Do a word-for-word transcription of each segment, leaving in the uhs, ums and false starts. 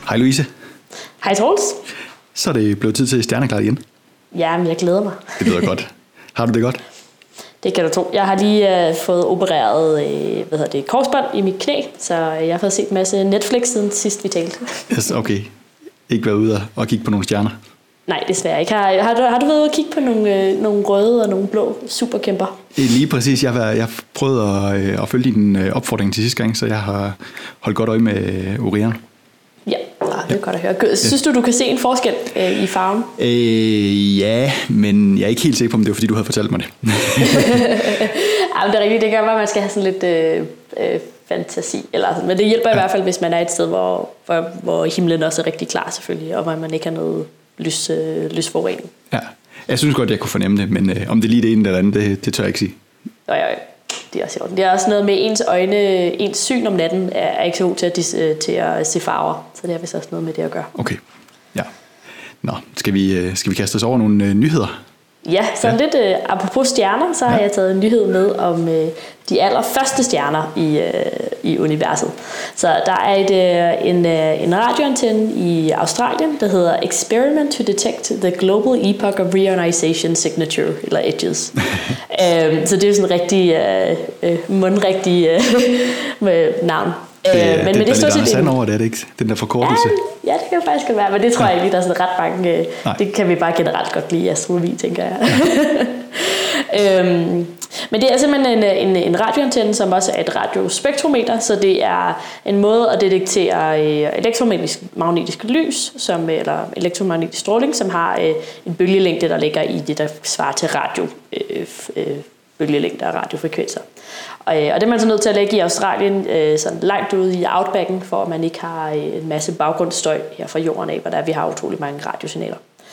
Hej Louise. Hej Troels. Så er det blevet tid til Stjerneklart igen. Ja, men jeg glæder mig. Det lyder godt. Har du det godt? Det kan du tro. Jeg har lige uh, fået opereret uh, hvad hedder det, korsbånd i mit knæ, så jeg har fået set en masse Netflix siden sidst vi talte. Yes, okay. Ikke været ude og kigge på nogle stjerner? Nej, desværre ikke. Har, har, du, har du været ude og kigge på nogle, øh, nogle røde og nogle blå superkæmper? Lige præcis. Jeg har, jeg har prøvet at, at følge din opfordring til sidste gang, så jeg har holdt godt øje med Orion. Ja, det er godt at høre. Synes du, du kan se en forskel øh, i farven? Øh, ja, men jeg er ikke helt sikker på, om det var, fordi du havde fortalt mig det. Ja, men det er rigtigt. Det gør bare, at man skal have sådan lidt øh, øh, fantasi. Eller sådan. Men det hjælper ja. i hvert fald, hvis man er et sted, hvor, hvor, hvor himlen også er rigtig klar selvfølgelig, og hvor man ikke har noget lys, øh, lysforurening. Ja, jeg synes godt, jeg kunne fornemme det, men øh, om det lige det ene eller andet, det, det tør jeg ikke sige. Øj, øj. Det er også det er også noget med ens øjne, ens syn om natten er ikke så god til at, til at se farver, så det har vist også noget med det at gøre. Okay, ja. Nå, skal vi, skal vi kaste os over nogle øh, nyheder? Ja, så ja. lidt uh, apropos stjerner, så har ja. jeg taget en nyhed med om uh, de allerførste stjerner i, uh, i universet. Så der er et, uh, en, uh, en radioantenne i Australien, der hedder Experiment to Detect the Global Epoch of Reionization Signature, eller EDGES. um, så det er jo sådan en rigtig uh, uh, mundrigtig uh, navn. Det, uh, men, det, men det er står lidt sand over det, er det ikke? Den der forkortelse. Ja, ja, det kan faktisk godt være, men det tror jeg ikke, der er sådan ret mange. Nej. Det kan vi bare generelt godt lide i astronomi, tænker jeg. Ja. øhm, men det er simpelthen en, en, en radioantenne, som også er et radiospektrometer, så det er en måde at detektere elektromagnetisk magnetisk lys, som, eller elektromagnetisk stråling, som har øh, en bølgelængde, der ligger i det, der svarer til radio, øh, øh, bølgelængder og radiofrekvenser. Og, og det er man så nødt til at lægge i Australien, øh, sådan langt ude i outbacken, for at man ikke har øh, en masse baggrundsstøj her fra jorden af, hvor der vi har utrolig mange radiosignaler.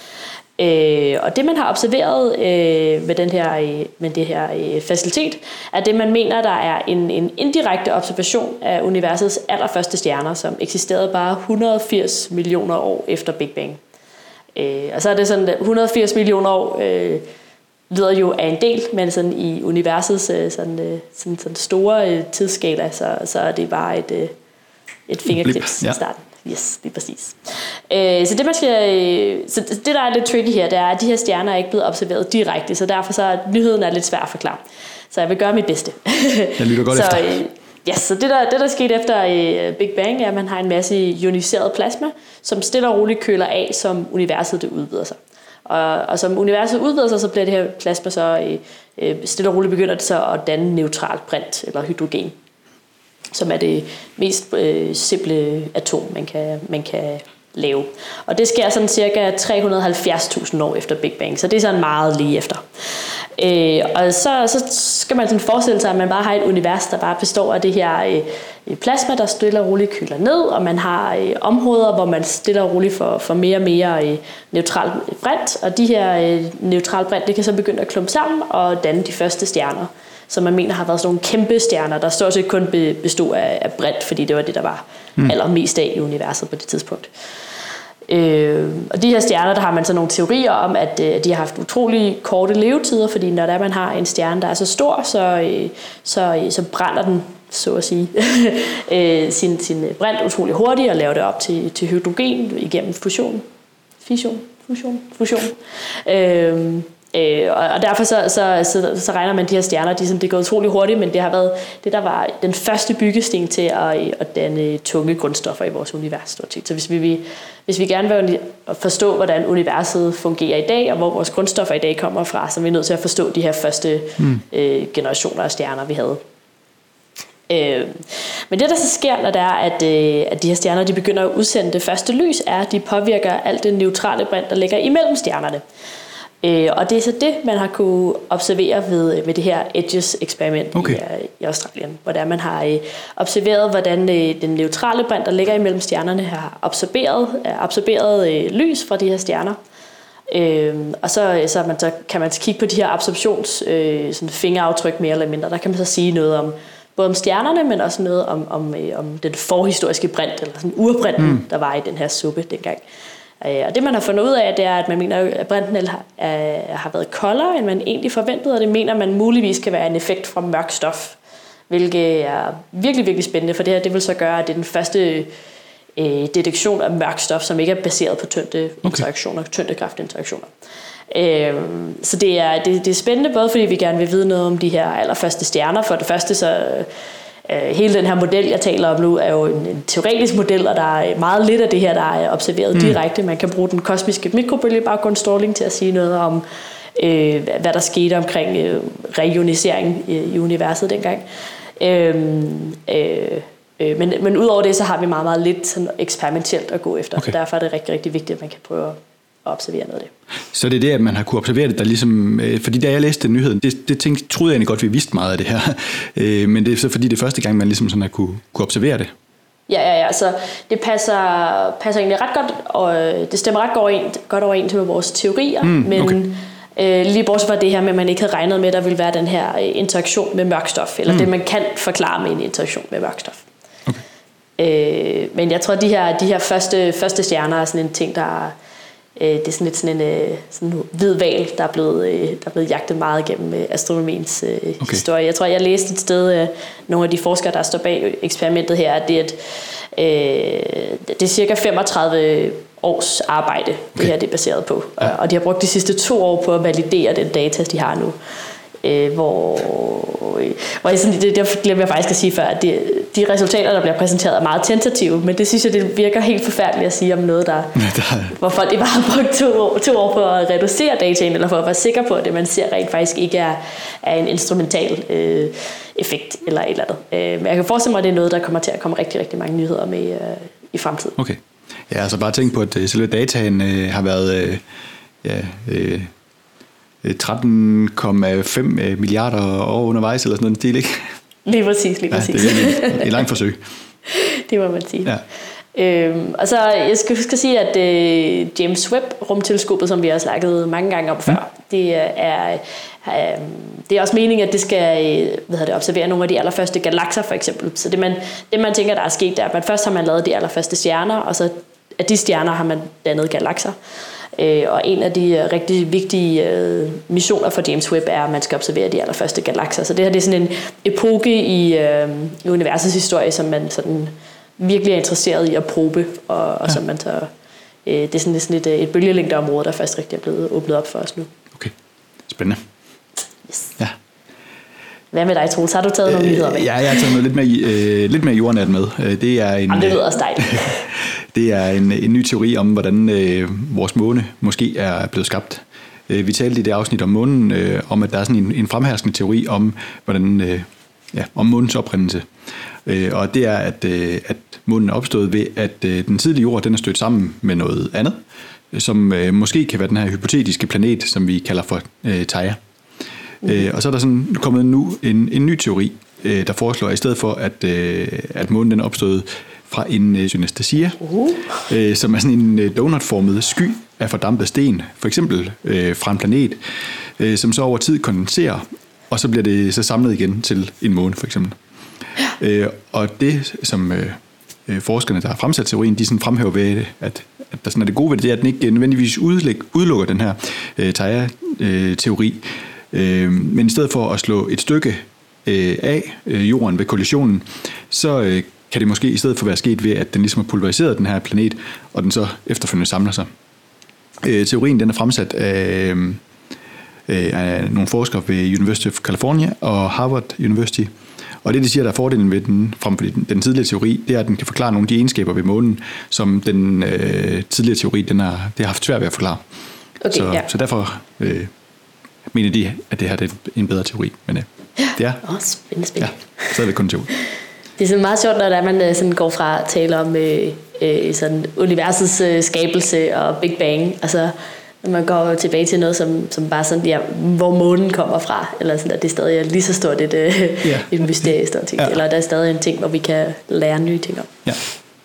Øh, og det man har observeret øh, med den her, øh, med det her øh, facilitet, er det man mener, der er en, en indirekte observation af universets allerførste stjerner, som eksisterede bare et hundrede og firs millioner år efter Big Bang. Øh, og så er det sådan, at et hundrede og firs millioner år øh, lyder jo af en del, men sådan i universets sådan, sådan, sådan store tidsskala, så, så er det bare et, et fingerklips i starten. Yes, lige præcis. Så det, man skal, så det, der er lidt tricky her, det er, at de her stjerner er ikke blevet observeret direkte, så derfor så er nyheden er lidt svær at forklare. Så jeg vil gøre mit bedste. Jeg lytter godt så, efter. Ja, så det der, det der skete efter Big Bang, er, at man har en masse ioniseret plasma, som stille og roligt køler af, som universet det udvider sig. Og, og som universet udvider sig, så bliver det her plasma så øh, stille og roligt begynder det så at danne neutralt brint eller hydrogen, som er det mest øh, simple atom, man kan, man kan lave. Og det sker sådan cirka tre hundrede og halvfjerds tusind år efter Big Bang, så det er sådan meget lige efter. Øh, og så, så skal man sådan forestille sig, at man bare har et univers, der bare består af det her øh, plasma, der stille og roligt køler ned, og man har øh, områder, hvor man stille og roligt får, får mere og mere øh, neutral brint, og de her øh, neutral brint, det kan så begynde at klumpe sammen og danne de første stjerner, som man mener har været sådan nogle kæmpe stjerner, der stort set kun bestod af, af brint, fordi det var det, der var mm. allermest af i universet på det tidspunkt. Øh, og de her stjerner, der har man så nogle teorier om, at øh, de har haft utrolig korte levetider, fordi når der man har en stjerne, der er så stor, så, øh, så, øh, så brænder den, så at sige, øh, sin, sin brint utrolig hurtigt og laver det op til, til hydrogen igennem fusion. Fission? Fusion? Fusion. Øh, Øh, og derfor så, så, så, så regner man de her stjerner, de, sådan, det går utrolig hurtigt, men det har været det, der var den første byggesten til at, at danne tunge grundstoffer i vores univers. Så hvis vi, hvis vi gerne vil forstå, hvordan universet fungerer i dag, og hvor vores grundstoffer i dag kommer fra, så er vi nødt til at forstå de her første mm. øh, generationer af stjerner, vi havde. Øh, men det, der så sker, når det er, at, øh, at de her stjerner de begynder at udsende det første lys, er, at de påvirker alt det neutrale brint, der ligger imellem stjernerne. Øh, og det er så det, man har kunne observere ved, ved det her EDGES-eksperiment okay. i, i Australien, hvor der man har øh, observeret, hvordan øh, den neutrale brint, der ligger imellem stjernerne, har absorberet, er absorberet øh, lys fra de her stjerner. Øh, og så, så, man, så kan man kigge på de her absorptions øh, sådan fingeraftryk mere eller mindre. Der kan man så sige noget om både om stjernerne, men også noget om, om, øh, om den forhistoriske brint, eller sådan urbrinten, mm. der var i den her suppe dengang. Og det man har fundet ud af, det er, at man mener, at brinten har, har været koldere, end man egentlig forventede, og det mener man muligvis kan være en effekt fra mørk stof, hvilket er virkelig, virkelig spændende, for det her det vil så gøre, at det er den første øh, detektion af mørk stof, som ikke er baseret på tyngdeinteraktioner, okay. tyngdekraftinteraktioner. Øh, så det er, det, det er spændende, både fordi vi gerne vil vide noget om de her allerførste stjerner. For det første så øh, hele den her model, jeg taler om nu, er jo en, en teoretisk model, og der er meget lidt af det her, der er observeret mm. direkte. Man kan bruge den kosmiske mikrobølgebaggrundsstråling til at sige noget om, øh, hvad der skete omkring øh, reionisering i, i universet dengang. Øh, øh, øh, men, men udover det, så har vi meget, meget lidt sådan eksperimentelt at gå efter. Okay. Derfor er det rigtig, rigtig vigtigt, at man kan prøve at observere noget af det. Så det er det, at man har kunne observere det, der ligesom, øh, fordi da jeg læste nyheden, det, det tænkte, troede jeg egentlig godt, vi vidste meget af det her, øh, men det er så fordi det er første gang, man ligesom sådan har kunne, kunne observere det. Ja, ja, ja, så det passer, passer egentlig ret godt, og det stemmer ret godt overens, godt overens med vores teorier, mm, men okay. øh, lige bortset fra det her med, at man ikke havde regnet med, at der ville være den her interaktion med mørk stof, eller mm. det, man kan forklare med en interaktion med mørk stof. Okay. Øh, men jeg tror, at de her, de her første, første stjerner er sådan en ting, der det er sådan lidt sådan en sådan en hvid hval, der er blevet, der er blevet jagtet meget gennem astronomiens okay. historie. Jeg tror, jeg læste et sted, nogle af de forskere, der står bag eksperimentet her, at det er, et, øh, det er cirka femogtredive års arbejde, okay. det her det er baseret på. Ja. Og de har brugt de sidste to år på at validere den data, de har nu. Øh, hvor, hvor jeg sådan, det, det glemmer jeg faktisk at sige før, at de, de resultater, der bliver præsenteret, er meget tentative, men det synes jeg, det virker helt forfærdeligt at sige om noget, der, der... hvor folk bare har brugt to år, to år på at reducere dataen, eller for at være sikker på, at det, man ser rent faktisk ikke er, er en instrumental øh, effekt, eller et eller andet. Øh, men jeg kan forestille mig, at det er noget, der kommer til at komme rigtig, rigtig mange nyheder med øh, i fremtiden. Okay. Ja, altså bare tænk på, at selve dataen øh, har været... Øh, ja, øh, tretten komma fem milliarder år undervejs, eller sådan noget stil, ikke? Lige præcis, lige præcis. Ja, det er et, et langt forsøg. Det må man sige. Ja. Øhm, og så jeg skal huske at sige, at øh, James Webb-rumteleskopet, som vi har snakket mange gange om før, mm. det er, øh, det er også meningen, at det skal hvad hedder det, observere nogle af de allerførste galakser, for eksempel. Så det man, det, man tænker, der er sket, der, at man først har man lavet de allerførste stjerner, og så af de stjerner har man dannet galakser. Og en af de rigtig vigtige øh, missioner for James Webb er, at man skal observere de allerførste galakser. Så det her det er sådan en epoke i, øh, i universets historie, som man sådan virkelig er interesseret i at probe, og, og ja. som man tager, øh, det er sådan, sådan et, et bølgelængdeområde, der først rigtig er blevet åbnet op for os nu. Okay, spændende. Yes. Ja. Hvad med dig, Troels? Har du taget nogle nyheder med? Ja, jeg har taget noget lidt mere, øh, lidt mere jordnat med. Det er en, Jamen, det lyder også dejligt. Det er en, en ny teori om, hvordan øh, vores måne måske er blevet skabt. Vi talte i det afsnit om månen, øh, om at der er sådan en, en fremherskende teori om, hvordan, øh, ja, om månens oprindelse. Øh, og det er, at, øh, at månen er opstået ved, at øh, den tidlige jord den er stødt sammen med noget andet, som øh, måske kan være den her hypotetiske planet, som vi kalder for øh, Theia. Mm. Øh, og så er der sådan kommet nu en, en ny teori, øh, der foreslår, at i stedet for, at, øh, at månen den er opstået fra en øh, synastasia, uh. øh, som er sådan en øh, donutformet sky af fordampet sten, for eksempel øh, fra en planet, øh, som så over tid kondenserer, og så bliver det så samlet igen til en måne, for eksempel. Ja. Øh, og det, som øh, forskerne, der har fremsat teorien, de sådan fremhæver ved, at, at der sådan er det gode ved det, det er, at den ikke nødvendigvis udelukker den her øh, Theia-teori, øh, men i stedet for at slå et stykke øh, af øh, jorden ved kollisionen, så øh, kan det måske i stedet for være sket ved, at den ligesom har pulveriseret den her planet, og den så efterfølgende samler sig. Øh, teorien den er fremsat af, øh, af nogle forskere ved University of California og Harvard University, og det de siger, der er fordelen ved den, frem for den, den tidligere teori, det er, at den kan forklare nogle af de egenskaber ved månen, som den øh, tidligere teori, den har, det har haft svært ved at forklare. Okay, så, ja. så derfor øh, mener de, at det her det er en bedre teori. Men øh, det er oh, spændende, spændende. Ja, så er det kun teori. Det er sådan meget sjovt, når der man sådan går fra at tale om øh, øh, sådan universets øh, skabelse og Big Bang, altså når man går tilbage til noget som, som bare sådan, ja, hvor månen kommer fra, eller sådan, at det stadig er lige så stort et, øh, yeah. et mysterie, ja. Eller der er stadig en ting, hvor vi kan lære nye ting om. Ja.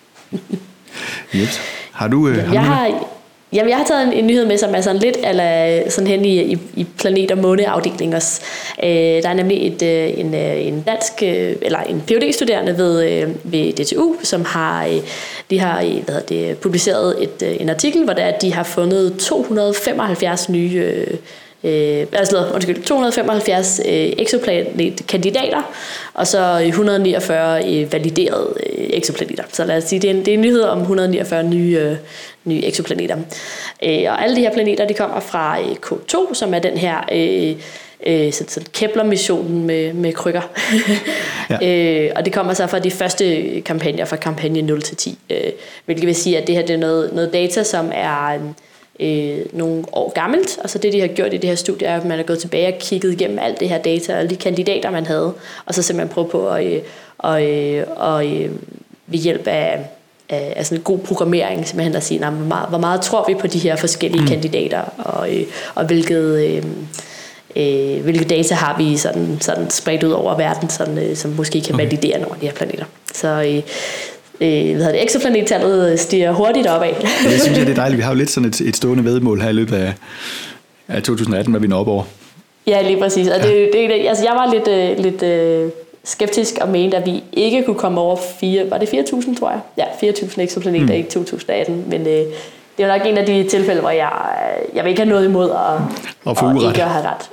Yes. Har du? Øh, har jeg du har. Jamen, jeg har taget en, en nyhed med, som er sådan lidt eller sådan hen i, i, i planet- og måneafdelingen også. Øh, der er nemlig et, en, en dansk, eller en P H D-studerende ved, ved D T U, som har, de har hvad hedder det, publiceret et, en artikel, hvor der, de har fundet to hundrede femoghalvfjerds nye øh, altså, undskyld, to hundrede og femoghalvfjerds øh, exoplanetkandidater, og så et hundrede og niogfyrre øh, validerede øh, exoplaneter. Så lad os sige, det er en, det er en nyhed om et hundrede og niogfyrre nye, øh, nye exoplaneter. Øh, og alle de her planeter, de kommer fra øh, K to, som er den her øh, øh, så, så Kepler-missionen med, med krykker. Ja. øh, og det kommer så fra de første kampagner, fra kampagne nul til ti, øh, hvilket vil sige, at det her det er noget, noget data, som er øh, nogle år gammelt. Og så det, de har gjort i det her studie, er, at man er gået tilbage og kigget igennem alt det her data, og de kandidater, man havde, og så simpelthen prøve på at øh, og, øh, og, øh, ved hjælp af, af, af sådan en god programmering, simpelthen at sige, nah, hvor, meget, hvor meget tror vi på de her forskellige mm. kandidater, og, øh, og hvilket... Øh, Øh, hvilke data har vi sådan, sådan spredt ud over verden, sådan, øh, som måske kan okay. validere nogle af de her planeter. Så øh, øh, hvad hedder det, exoplanettallet stiger hurtigt opad. Ja, det synes jeg, det er dejligt. Vi har jo lidt sådan et, et stående væddemål her i løbet af, af to tusind atten, hvad vi når op over. Ja, lige præcis. Og ja. det, det, altså, jeg var lidt, øh, lidt øh, skeptisk og mente, at vi ikke kunne komme over fire, var det fire tusind, tror jeg? Ja, fire tusind exoplaneter mm. i to tusind atten, men... Øh, det er jo nok en af de tilfælde, hvor jeg, jeg vil ikke have noget imod at, og få og uret. Ikke at have ret.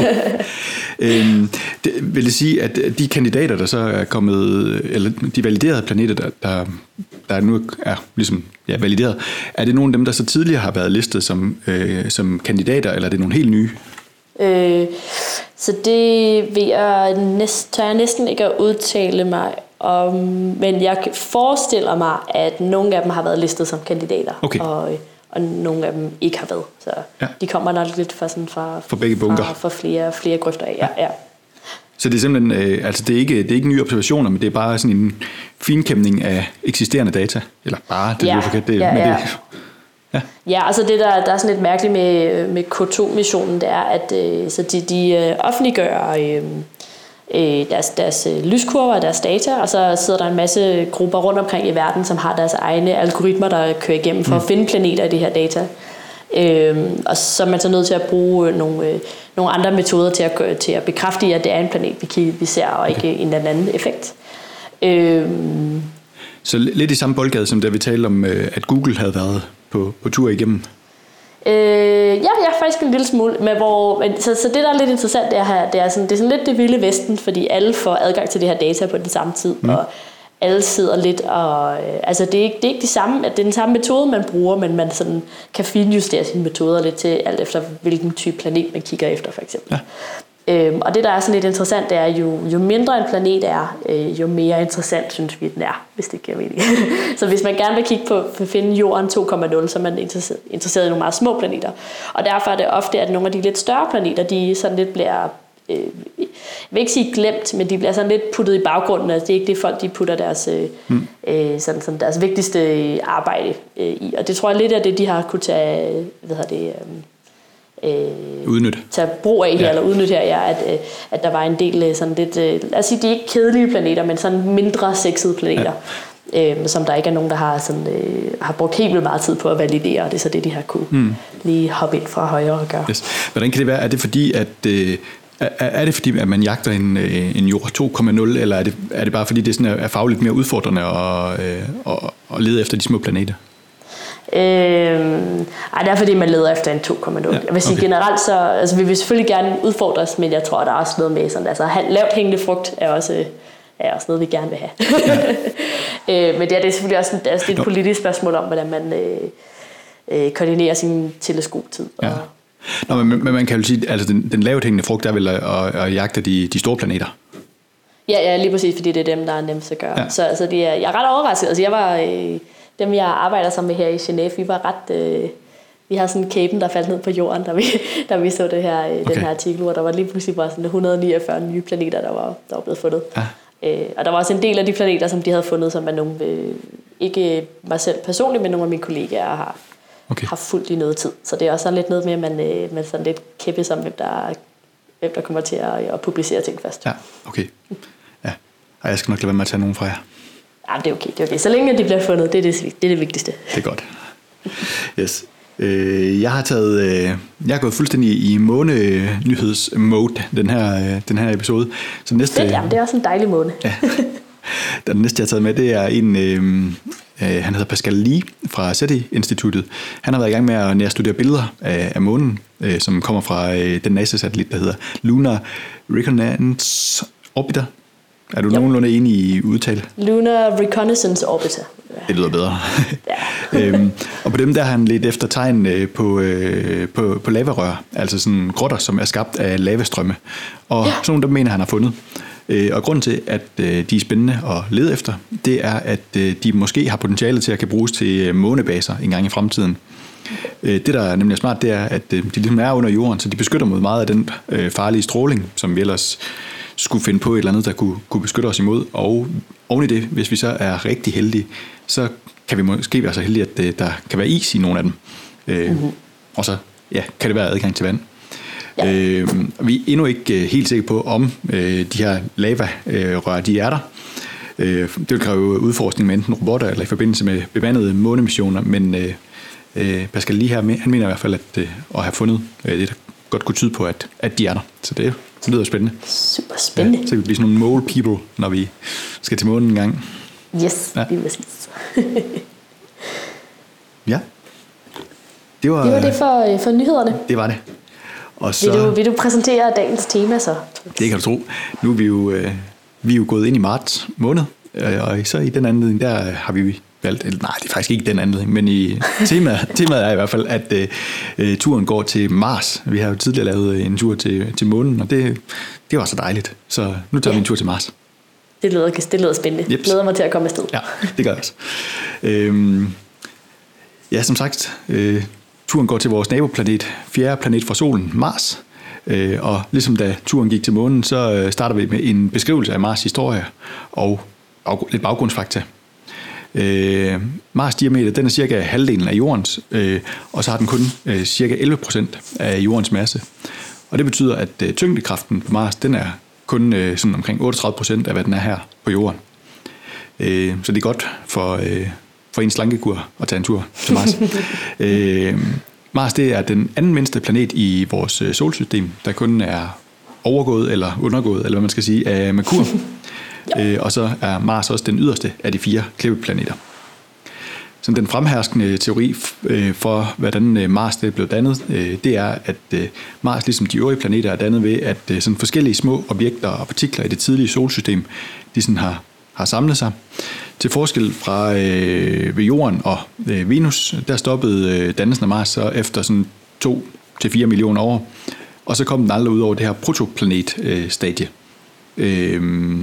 øhm, det, vil det sige, at de kandidater, der så er kommet, eller de validerede planeter, der, der, der nu er ligesom, ja, valideret, er det nogle af dem, der så tidligere har været listet som, øh, som kandidater, eller er det nogle helt nye? Øh, så det vil jeg, næst, tør jeg næsten ikke at udtale mig om, men jeg forestiller mig, at nogle af dem har været listet som kandidater, okay. og, og nogle af dem ikke har været. Så ja. De kommer nok lidt fra, sådan fra, for begge bunker. Fra, fra flere, flere grøfter af. Ja. Ja. Så det er simpelthen, øh, altså det er, ikke, det er ikke nye observationer, men det er bare sådan en finkæmning af eksisterende data, eller bare, det ja. er forkert, det, ja, men ja. det Ja. ja, altså det der, der er sådan lidt mærkeligt med, med K to-missionen, det er, at øh, så de, de offentliggør øh, øh, deres, deres lyskurver og deres data, og så sidder der en masse grupper rundt omkring i verden, som har deres egne algoritmer, der kører igennem for mm. at finde planeter i de her data. Øh, og så er man så nødt til at bruge nogle, øh, nogle andre metoder til at, til at bekræfte, at det er en planet, vi, vi ser, og ikke okay. en eller anden effekt. Øh, så lidt i samme boldgade, som da vi talte om, at Google havde været på, på tur igennem? Øh, ja, jeg er faktisk en lille smule med, hvor, så, så det der er lidt interessant, det er, her, det er, sådan, det er sådan lidt det vilde vesten, fordi alle får adgang til det her data på den samme tid, mm. og alle sidder lidt og, øh, altså det er ikke, det er ikke de samme, at det er den samme metode, man bruger, men man sådan kan finjustere sine metoder lidt til, alt efter hvilken type planet man kigger efter, for eksempel. Ja. Øhm, og det der er sådan lidt interessant, det er jo, jo mindre en planet er, øh, jo mere interessant synes vi den er, hvis det giver mening. Så hvis man gerne vil kigge på at finde jorden to komma nul, så er man interesseret, interesseret i nogle meget små planeter. Og derfor er det ofte, at nogle af de lidt større planeter, de sådan lidt bliver, øh, jeg vil ikke sige glemt, men de bliver sådan lidt puttet i baggrunden. Altså det er ikke det folk, de putter deres, øh, mm. øh, sådan, sådan deres vigtigste arbejde øh, i. Og det tror jeg lidt af det, de har kunne tage, hvad hedder det, øh, Øh, udnytte. tage brug af her, ja. eller udnytte her, ja, at, at der var en del sådan lidt, øh, lad os sige, de er ikke kedelige planeter, men sådan mindre sexede planeter, ja. øh, som der ikke er nogen, der har, sådan, øh, har brugt helt vildt meget tid på at validere, og det er så det, de har kunne mm. lige hoppe ind fra højre og gøre. Yes. Hvordan kan det være? Er det fordi, at øh, er, er det fordi, at man jagter en, en jord to komma nul, eller er det, er det bare fordi, det sådan er, er fagligt mere udfordrende at, øh, at, at lede efter de små planeter? Øhm, ej, det er fordi man leder efter en to komma nul. Ja, jeg vil sige okay. generelt så, altså vi vil selvfølgelig gerne udfordres, men jeg tror der er også noget med sådan, altså lavt hængende frugt er også, er også noget vi gerne vil have. Ja. øh, men det er, det er selvfølgelig også altså, det er et politisk spørgsmål om, hvordan man øh, øh, koordinerer sin teleskoptid. Ja. Og, Nå, men, men man kan jo sige, altså den, den lavt hængende frugt er vel at, at, at jagte de, de store planeter. Ja, ja, lige præcis, fordi det er dem, der er nemmest at gøre. Ja. Så altså, det er, jeg er ret overrasket. Altså jeg var øh, dem jeg arbejder sammen med her i Genève, vi var ret, øh, vi har sådan en kæben, der faldt ned på jorden, da vi, da vi så det her, okay. den her artikel, hvor der var lige pludselig bare sådan et hundrede og niogfyrre nye planeter, der var, der var blevet fundet. Ja. Øh, og der var også en del af de planeter, som de havde fundet, som er nogle, øh, ikke mig selv personligt, men nogle af mine kollegaer har, okay. har fulgt i noget tid. Så det er også sådan lidt noget med, at man, øh, man sådan lidt kæppes om, hvem der, hvem der kommer til at, at publicere ting først. Ja, okay. Ja. Ej, jeg skal nok lade være med at tage nogen fra jer. Ja, det er okay, det er okay. Så længe de bliver fundet, det er det, det, er det vigtigste. Det er godt. Yes. Øh, jeg har taget, øh, jeg har gået fuldstændig i månenyhedsmode den her, øh, den her episode. Så næste, det, jamen, det er også en dejlig måne. Ja. Den næste, jeg har taget med, det er en, øh, øh, han hedder Pascal Lee fra SETI-instituttet. Han har været i gang med at nærstudere billeder af, af månen, øh, som kommer fra øh, den NASA-satellit, der hedder Lunar Reconnaissance Orbiter. Er du yep. nogenlunde enig i udtale? Lunar Reconnaissance Orbiter. Det lyder bedre. Ja. øhm, og på dem der har han lidt efter tegn øh, på, øh, på, på lavarør, altså sådan grotter, som er skabt af lavastrømme. Og ja. sådan nogle, der mener han har fundet. Øh, og grunden til, at øh, de er spændende at lede efter, det er, at øh, de måske har potentiale til at kan bruges til månebaser en gang i fremtiden. Øh, det, der er nemlig smart, det er, at øh, de ligesom er under jorden, så de beskytter mod meget af den øh, farlige stråling, som vi ellers skulle finde på et eller andet, der kunne, kunne beskytte os imod. Og oven i det, hvis vi så er rigtig heldige, så kan vi måske være så heldige, at øh, der kan være is i nogle af dem. Øh, uh-huh. Og så ja, kan det være adgang til vand. Ja. Øh, vi er endnu ikke helt sikre på, om øh, de her lavarør, de er der. Øh, det vil kræve udforskning med enten robotter eller i forbindelse med bemandede månemissioner, men øh, øh, Pascal Lee her, han mener i hvert fald, at, øh, at have fundet øh, det, der godt kunne tyde på, at, at de er der. Så det, det lyder spændende. Super spændende. Ja, så vi bliver sådan nogle mole people, når vi skal til månen en gang. Yes, ja. Det er præcis. Ja. Det var det, var det for, for nyhederne. Det var det. Og så, vil, du, vil du præsentere dagens tema så? Det kan du tro. Nu er vi jo, øh, vi er jo gået ind i marts måned, øh, og så i den anledning, der har vi valgt, eller nej, det er faktisk ikke den anledning, men i temaet, temaet er i hvert fald, at øh, turen går til Mars. Vi har jo tidligere lavet en tur til, til månen, og det, det var så dejligt. Så nu tager ja. vi en tur til Mars. Det lyder, det lyder spændende. Jeg glæder mig til at komme afsted. Ja, det gør jeg også. Øhm, ja, som sagt, øh, turen går til vores naboplanet, fjerde planet fra solen, Mars. Øh, og ligesom da turen gik til månen, så øh, starter vi med en beskrivelse af Mars' historie og bag, lidt baggrundsfakta. Øh, Mars' diameter, den er cirka halvdelen af jordens, øh, og så har den kun øh, cirka elleve procent af jordens masse. Og det betyder, at øh, tyngdekraften på Mars, den er kun øh, sådan omkring otteogtredive procent af, hvad den er her på jorden. Øh, så det er godt for, øh, for en slankekur at tage en tur til Mars. øh, Mars, det er den anden mindste planet i vores øh, solsystem, der kun er overgået eller undergået, eller hvad man skal sige, af Merkur. ja. øh, og så er Mars også den yderste af de fire klippeplaneter. Så den fremherskende teori øh, for, hvordan øh, Mars det er blevet dannet, øh, det er, at øh, Mars, ligesom de øvrige planeter, er dannet ved, at øh, sådan forskellige små objekter og partikler i det tidlige solsystem, de sådan har, har samlet sig. Til forskel fra øh, ved Jorden og øh, Venus, der stoppede øh, dannelsen af Mars så efter sådan to til fire millioner år, og så kom den aldrig ud over det her protoplanet-stadie. Øh,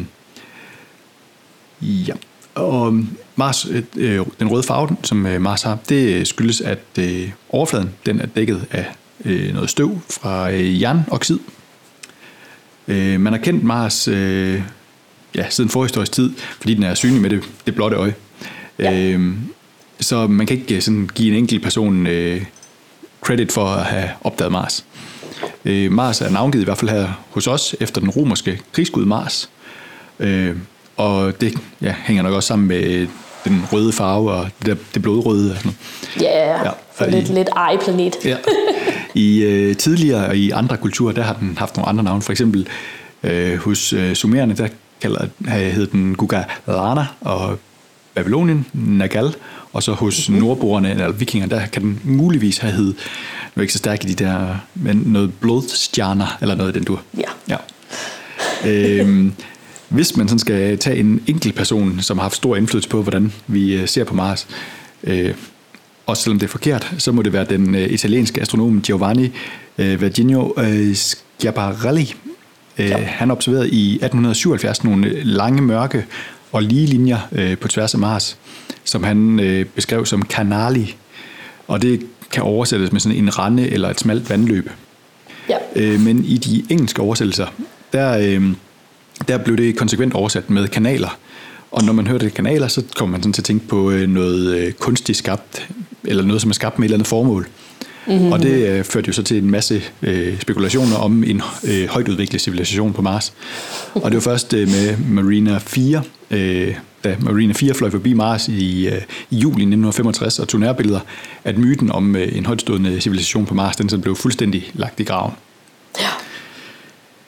ja. Og Mars, øh, den røde farve, som øh, Mars har, det skyldes, at øh, overfladen den er dækket af øh, noget støv fra øh, jernoxid. Øh, man har kendt Mars øh, ja, siden forhistorisk tid, fordi den er synlig med det, det blotte øje. Ja. Øh, så man kan ikke sådan give en enkelt person øh, credit for at have opdaget Mars. Øh, Mars er navngivet i hvert fald her hos os efter den romerske krigsgud Mars. Øh, Og det ja, hænger nok også sammen med den røde farve og det, der, det blodrøde. Og sådan noget. Yeah, ja, for lidt, i, lidt ej planet. ja. I øh, tidligere og i andre kulturer, der har den haft nogle andre navne. For eksempel øh, hos øh, sumererne, der kalder, hed den Gugalana, og Babylonien, Nagal. Og så hos mm-hmm. nordboerne, eller vikinger, der kan den muligvis have hed, nu er ikke så stærk i de der, men noget blodstjerner, eller noget af den dur. Ja. ja. øhm, Hvis man sådan skal tage en enkelt person, som har haft stor indflydelse på, hvordan vi ser på Mars, øh, også selvom det er forkert, så må det være den øh, italienske astronom Giovanni øh, Virginio øh, Schiaparelli. Øh, ja. Han observerede i atten syvoghalvfjerds nogle lange, mørke og lige linjer øh, på tværs af Mars, som han øh, beskrev som canali. Og det kan oversættes med sådan en rende eller et smalt vandløb. Ja. Øh, men i de engelske oversættelser, der... Øh, Der blev det konsekvent oversat med kanaler. Og når man hører det kanaler, så kommer man sådan til at tænke på noget kunstigt skabt, eller noget, som er skabt med et eller andet formål. Mm-hmm. Og det øh, førte jo så til en masse øh, spekulationer om en øh, højt udviklet civilisation på Mars. Og det var først øh, med Mariner fire, øh, da Mariner fire fløj forbi Mars i, øh, i juli nitten femogtres og tog nærbilleder, at myten om øh, en højtstående civilisation på Mars, den så blev fuldstændig lagt i graven. Ja.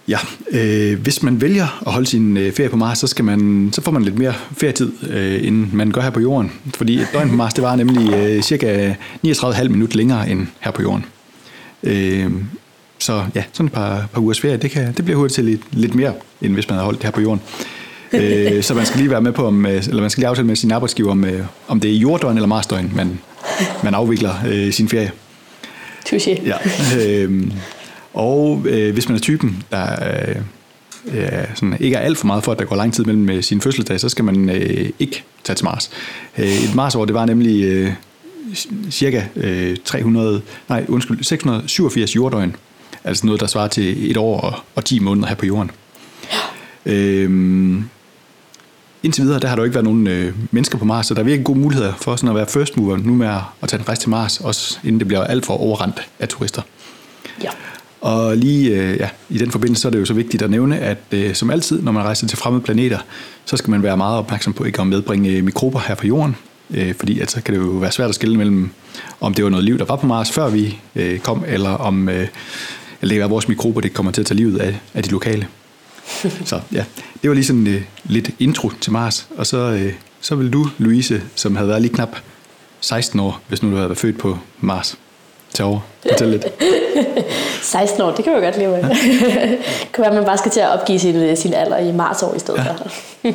Ja, øh, hvis man vælger at holde sin øh, ferie på Mars, så, skal man, så får man lidt mere ferietid, øh, end man gør her på jorden. Fordi et døgn på Mars, det var nemlig øh, cirka niogtredive komma fem minutter længere end her på jorden. Øh, så ja, sådan et par, par ugers ferie, det, kan, det bliver hurtigt til lidt, lidt mere, end hvis man har holdt det her på jorden. øh, så man skal lige være med på, om, eller man skal lige aftale med sin arbejdsgiver, om, om det er jorddøgn eller Marsdøgn, man, man afvikler øh, sin ferie. Touché. Ja, øh, og øh, hvis man er typen, der øh, sådan, ikke er alt for meget for, at der går lang tid mellem sin fødselsdag, så skal man øh, ikke tage til Mars. Øh, et Marsår, det var nemlig øh, cirka øh, tre hundrede, nej, undskyld, seks hundrede syvogfirs jordøgn. Altså noget, der svarer til et år og, og ti måneder her på jorden. Øh, indtil videre, der har der jo ikke været nogen øh, mennesker på Mars, så der er virkelig gode muligheder for sådan at være first mover nu med at tage en rejse til Mars, også inden det bliver alt for overrendt af turister. Ja. Og lige øh, ja, i den forbindelse, så er det jo så vigtigt at nævne, at øh, som altid, når man rejser til fremmede planeter, så skal man være meget opmærksom på ikke at medbringe mikrober her på jorden, øh, fordi at så kan det jo være svært at skelne mellem, om det var noget liv, der var på Mars, før vi øh, kom, eller om øh, eller det er vores mikrober, det kommer til at tage livet af, af de lokale. Så ja, det var lige sådan øh, lidt intro til Mars, og så, øh, så vil du, Louise, som havde været lige knap seksten år, hvis nu du havde været født på Mars, tage over. Fortæl lidt. seksten år, det kan vi jo godt leve af. Ja. Det kan være, at man bare skal til at opgive sin, sin alder i marsår i stedet for. Ja.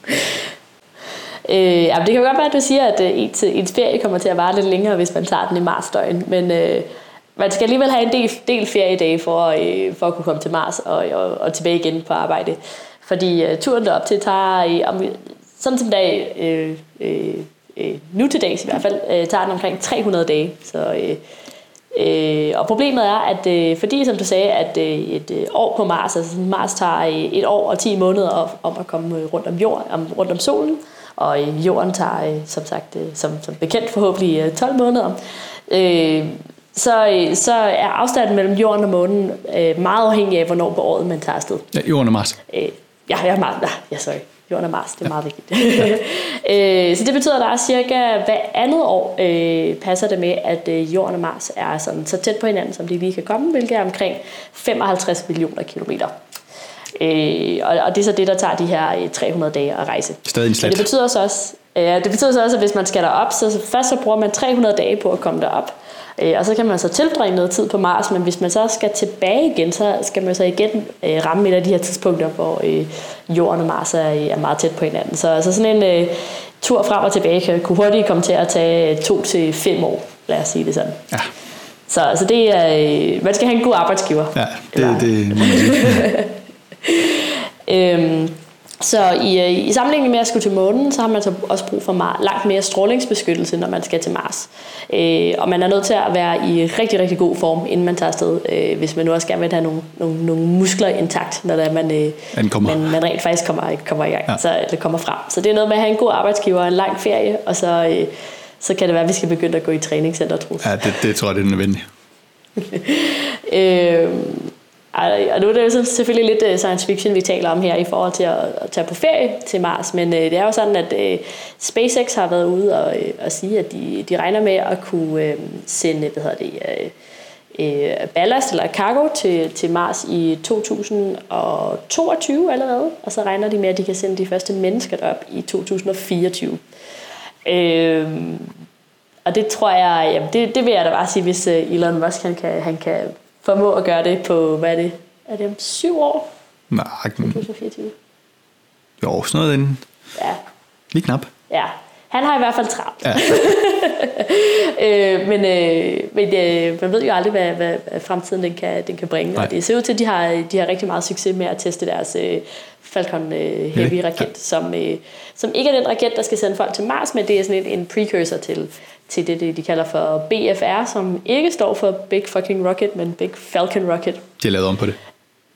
øh, ja, det kan jo godt være, at du siger, at ens, ens ferie kommer til at vare lidt længere, hvis man tager den i marsdøgn, men øh, man skal alligevel have en del, del feriedage for, øh, for at kunne komme til Mars og, og, og tilbage igen på arbejde. Fordi øh, turen derop til tager, øh, om, sådan som dag, øh, øh, øh, nu til dags i hvert fald, øh, tager den omkring tre hundrede dage. Så, øh, øh, og problemet er, at øh, fordi som du sagde, at øh, et øh, år på Mars, altså Mars tager øh, et år og ti måneder om, om at komme øh, rundt om jorden, om, rundt om solen, og øh, jorden tager øh, som sagt, øh, som, som bekendt forhåbentlig øh, tolv måneder. Øh, Så, så er afstanden mellem jorden og månen øh, meget afhængig af, hvornår på året man tager afsted. Ja, jorden og Mars. Øh, ja, ja, Mars. Ja, sorry. Jorden og Mars, det er ja. meget vigtigt. øh, så det betyder, at der er cirka hver andet år øh, passer det med, at øh, jorden og Mars er sådan, så tæt på hinanden, som de lige kan komme, hvilket er omkring femoghalvtreds millioner kilometer. Øh, og, og det er så det, der tager de her øh, tre hundrede dage at rejse. Stadig en slat. Det betyder så også, øh, det betyder så også, at hvis man skal derop, så først så bruger man tre hundrede dage på at komme derop. Og så kan man så tilbringe noget tid på Mars, men hvis man så skal tilbage igen, så skal man så igen øh, ramme et af de her tidspunkter, hvor øh, jorden og Mars er, er meget tæt på hinanden. Så altså sådan en øh, tur frem og tilbage kan kunne hurtigt komme til at tage to til fem år, lad os sige det sådan. Ja. Så altså det er, øh, man skal have en god arbejdsgiver. Ja, det, det må man sige. øhm, Så i, i sammenligning med at skulle til månen, så har man så også brug for meget, langt mere strålingsbeskyttelse, når man skal til Mars. Øh, og man er nødt til at være i rigtig, rigtig god form, inden man tager afsted, øh, hvis man nu også gerne vil have nogle, nogle, nogle muskler intakt, når der man, øh, man, man rent faktisk kommer, kommer i gang, ja. så, eller kommer frem. Så det er noget med at have en god arbejdsgiver og en lang ferie, og så, øh, så kan det være, at vi skal begynde at gå i træningscenter, Troels. Ja, det, det tror jeg, det er nødvendigt. øh, Og nu er det jo selvfølgelig lidt science fiction, vi taler om her i forhold til at, at tage på ferie til Mars, men øh, det er jo sådan, at øh, SpaceX har været ude og, øh, og sige, at de, de regner med at kunne øh, sende hvad hedder det, øh, øh, ballast eller cargo til, til Mars i to tusind toogtyve allerede, og så regner de med, at de kan sende de første mennesker derop i to tusind fireogtyve. Øh, og det tror jeg, jamen det, det vil jeg da bare sige, hvis Elon Musk han kan, han kan formå at gøre det på, hvad er det? Er det om syv år? Nej, to tusind fireogtyve. Jo, sådan noget inden. Ja. Lige knap. Ja, han har i hvert fald travlt. Ja. øh, men øh, men øh, man ved jo aldrig, hvad, hvad fremtiden den kan, den kan bringe. Og det ser ud til, at de har, de har rigtig meget succes med at teste deres øh, Falcon øh, Heavy ja. raket, som, øh, som ikke er den raket, der skal sende folk til Mars, men det er sådan en, en precursor til til det, det, de kalder for B F R, som ikke står for Big Fucking Rocket, men Big Falcon Rocket. De har lavet om på det.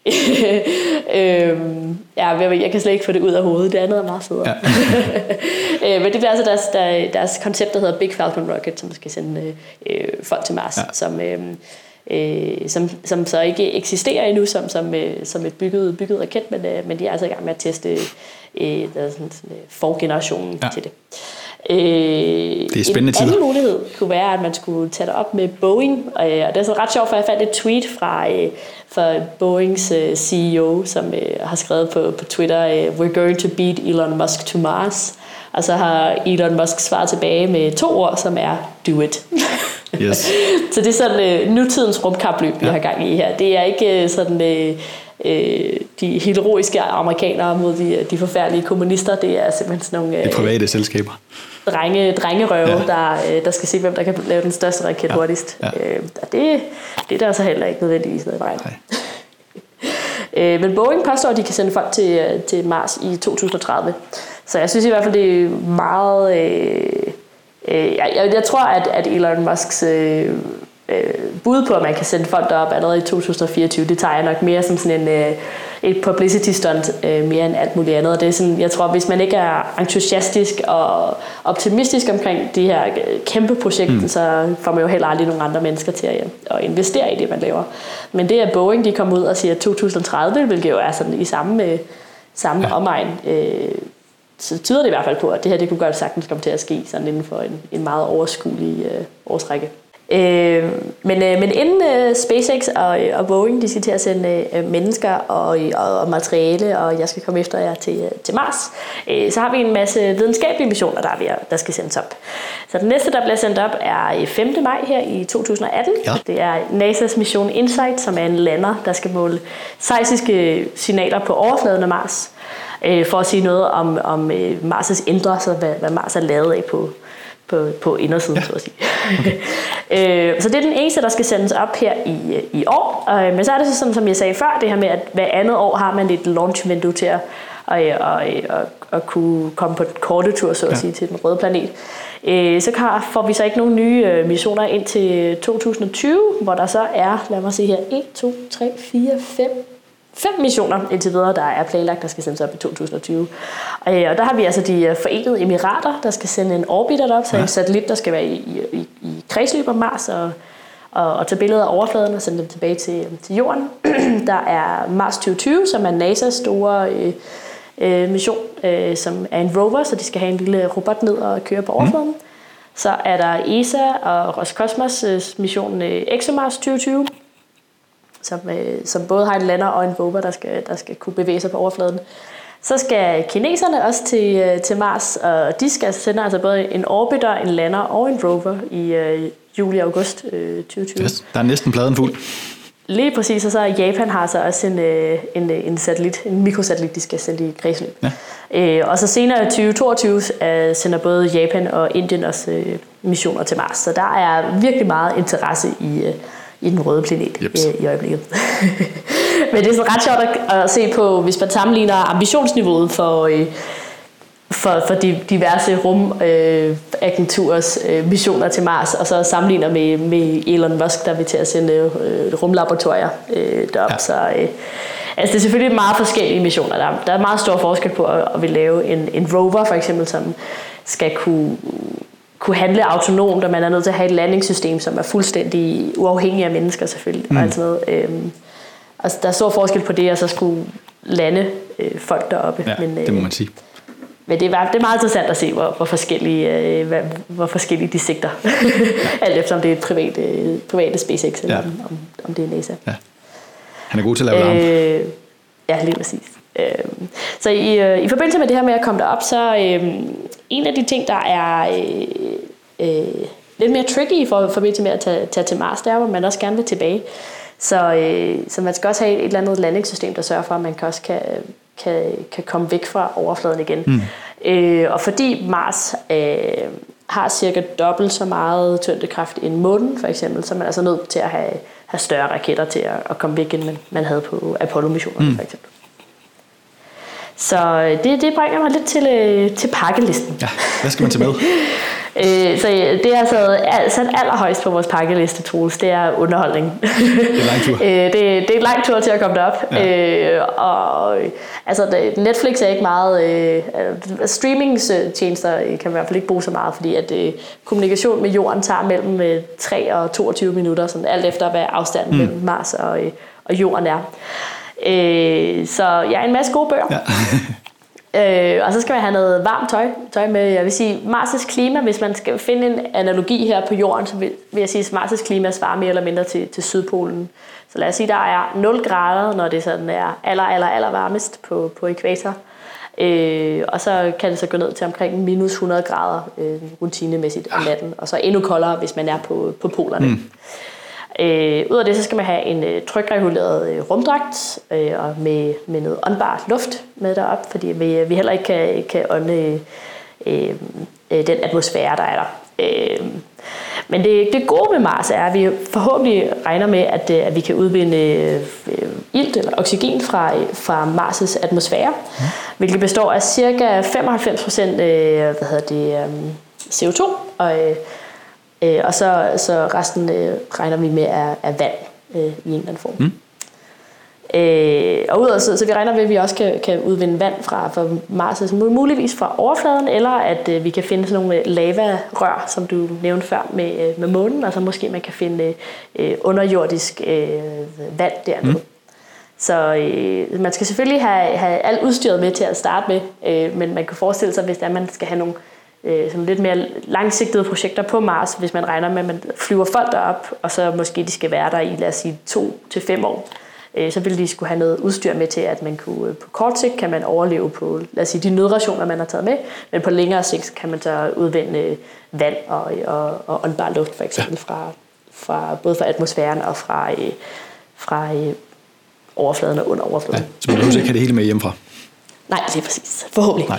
øhm, ja, jeg kan slet ikke få det ud af hovedet. Det andet er meget federe. Ja. øh, men det er altså deres, der, deres koncept, der hedder Big Falcon Rocket, som skal sende øh, folk til Mars, ja. som, øh, øh, som, som så ikke eksisterer endnu som, som, øh, som et bygget, bygget raket, men, øh, men de er altså i gang med at teste øh, der er sådan, sådan, forgenerationen ja. til det. Øh, det er spændende en anden tider. mulighed kunne være, at man skulle tage det op med Boeing, og det er så ret sjovt, for jeg fandt et tweet fra, øh, fra Boeings øh, C E O, som øh, har skrevet på, på Twitter, øh, "We're going to beat Elon Musk to Mars." Og så har Elon Musk svaret tilbage med to ord, som er "do it". Yes. Så det er sådan øh, nutidens rumkapløb, vi ja. har gang i her. Det er ikke øh, sådan øh, øh, de heroiske amerikanere mod de, de forfærdelige kommunister. Det er simpelthen sådan nogle... Øh, de private selskaber. Drenge, drengerøve, ja. der, øh, der skal se, hvem der kan lave den største raket ja. hurtigst. Ja. Øh, og det, det er der så heller ikke nødvendigvis noget i vejen. øh, men Boeing påstår, at de kan sende folk til, til Mars i to tusind og tredive. Så jeg synes i hvert fald, det er meget... Øh, øh, jeg, jeg tror, at, at Elon Musks... Øh, øh, bud på, at man kan sende folk derop allerede i to tusind og fireogtyve, det tager jeg nok mere som sådan en, øh, et publicity stunt, øh, mere end alt muligt andet. Og det er sådan, jeg tror, hvis man ikke er entusiastisk og optimistisk omkring de her kæmpe projekter, mm. så får man jo heller aldrig nogen andre mennesker til at, at investere i det, man laver. Men det er Boeing, de kommer ud og siger to tusind og tredive, hvilket jo er sådan i samme, øh, samme ja. omegn, øh, så tyder det i hvert fald på, at det her det kunne godt sagtens komme til at ske sådan inden for en, en meget overskuelig øh, årsrække. Øh, men, øh, men inden øh, SpaceX og, og Boeing de skal til at sende øh, mennesker og, og, og materiale, og jeg skal komme efter jer til, til Mars, øh, så har vi en masse videnskabelige missioner, der, er ved, der skal sendes op. Så den næste, der bliver sendt op, er femte maj her i to tusind og atten. Ja. Det er NASA's mission InSight, som er en lander, der skal måle seismiske signaler på overfladen af Mars, øh, for at sige noget om, om øh, Mars' indre, så hvad, hvad Mars er lavet af på på, på indersiden, ja. så at sige. Okay. øh, så det er den eneste, der skal sendes op her i, i år. Øh, men så er det så, som, som jeg sagde før, det her med, at hver andet år har man et launch-vindue til at, og, og, og, og kunne komme på et korte tur, så at ja. sige, til den røde planet. Øh, så kan, får vi så ikke nogen nye øh, missioner ind til to tusind og tyve, hvor der så er, lad mig se her, en, to, tre, fire, fem, fem missioner indtil videre, der er planlagt, der skal sendes op i to tusind og tyve. Og, øh, og der har vi altså de Forenede Emirater, der skal sende en orbiter op, så ja. en satellit, der skal være i, i, i kredsløb om Mars, og, og, og tage billeder af overfladen og sende dem tilbage til, til jorden. Der er Mars tyve tyve, som er NASA's store øh, øh, mission, øh, som er en rover, så de skal have en lille robot ned og køre på overfladen. Mm. Så er der E S A og Roscosmos' mission øh, ExoMars tyve tyve, som, øh, som både har en lander og en rover, der skal, der skal kunne bevæge sig på overfladen. Så skal kineserne også til, øh, til Mars, og de skal sende altså både en orbiter, en lander og en rover i øh, juli og august øh, tyve tyve. Yes, der er næsten pladen fuld. Lige præcis, og så Japan har så også en, en, en satellit, en mikrosatellit, de skal sende i kredsløb. Ja. Øh, og så senere i tyve toogtyve øh, sender både Japan og Indien også øh, missioner til Mars. Så der er virkelig meget interesse i, øh, i den røde planet øh, i øjeblikket. Men det er sådan ret sjovt at, at se på, hvis man sammenligner ambitionsniveauet for... Øh, for, for de diverse rumagenturers øh, øh, missioner til Mars, og så sammenligner med, med Elon Musk, der vil til at sende øh, rumlaboratorier øh, derop. Ja. Så øh, altså det er selvfølgelig meget forskellige missioner. Der, der er meget stor forskel på at, at vil lave en, en rover, for eksempel, som skal kunne, kunne handle autonomt, og man er nødt til at have et landingssystem, som er fuldstændig uafhængig af mennesker, selvfølgelig. Mm. Og altså noget, øh, altså der er stor forskel på det, at så skulle lande øh, folk deroppe. Ja, men, øh, det må man sige. Men det er, det er meget interessant at se, hvor, hvor, forskellige, øh, hvor, hvor forskellige de sigter. Alt efter om det er et privat, øh, private SpaceX, eller ja. om, om, om det er NASA. Ja. Han er god til at lave larm. Øh, ja, lige præcis. Øh, så i, øh, i forbindelse med det her med at komme derop, så øh, en af de ting, der er øh, øh, lidt mere tricky i forbindelse med at tage, tage til Mars, der hvor man også gerne vil tilbage. Så, øh, så man skal også have et eller andet landingssystem, der sørger for, at man også kan... Kan, kan komme væk fra overfladen igen. Mm. Øh, og fordi Mars øh, har cirka dobbelt så meget tyngdekraft end månen, for eksempel, så er man altså nødt til at have, have større raketter til at, at komme væk, end man, man havde på Apollo-missionerne, mm. for eksempel. Så det, det bringer mig lidt til, øh, til pakkelisten. Ja, hvad skal man tage med? øh, så det er altså sat allerhøjst på vores pakkeliste, Troels. Det er underholdning. Det er en lang tur. øh, det, det er en lang tur til at komme derop. Ja. Øh, og altså, Netflix er ikke meget... Øh, streamingtjenester kan man i hvert fald ikke bruge så meget, fordi at øh, kommunikation med jorden tager mellem tre og toogtyve minutter, sådan alt efter hvad afstanden mm. mellem Mars og, og jorden er. Øh, så ja, en masse gode bøger. Ja. Øh, og så skal man have noget varmt tøj, tøj med. Jeg vil sige, Mars' klima, hvis man skal finde en analogi her på jorden, så vil, vil jeg sige, at Mars' klima svarer mere eller mindre til, til Sydpolen. Så lad os sige, der er nul grader, når det sådan er aller, aller, aller varmest på, på ækvator. Øh, og så kan det så gå ned til omkring minus hundrede grader øh, rutinemæssigt om natten. Og så endnu koldere, hvis man er på, på polerne. Mm. Øh, ud af det, så skal man have en øh, trykreguleret øh, rumdragt øh, og med, med noget åndbar luft med derop, fordi vi, vi heller ikke kan, kan ånde øh, øh, den atmosfære, der er der. Øh, men det, det gode med Mars er, at vi forhåbentlig regner med, at, at vi kan udvinde øh, ilt eller oxygen fra, fra Mars' atmosfære, mm. hvilket består af cirka femoghalvfems procent øh, hvad hedder det, øh, C O to og øh, Øh, og så, så resten øh, regner vi med er, er vand øh, i en eller anden form. Mm. Øh, og ud af, så, så vi regner med, at vi også kan, kan udvinde vand fra, fra Mars, muligvis fra overfladen, eller at øh, vi kan finde sådan nogle lavarør, som du nævnte før med, øh, med månen, og så måske man kan finde øh, underjordisk øh, vand dernede. Mm. Så øh, man skal selvfølgelig have, have alt udstyret med til at starte med, øh, men man kan forestille sig, hvis der man skal have nogle sådan lidt mere langsigtede projekter på Mars, hvis man regner med, at man flyver folk derop, og så måske de skal være der i, lad os sige, to til fem år. Så vil de skulle have noget udstyr med til, at man kunne, på kort sigt kan man overleve på, lad os sige, de nødrationer, man har taget med, men på længere sigt kan man så udvinde vand og, og, og åndbar luft, for eksempel, fra, fra, både fra atmosfæren og fra, fra overfladen og under overfladen. Ja, så man kan ikke have det hele med hjemmefra. Nej, det er præcis. Forhåbentlig.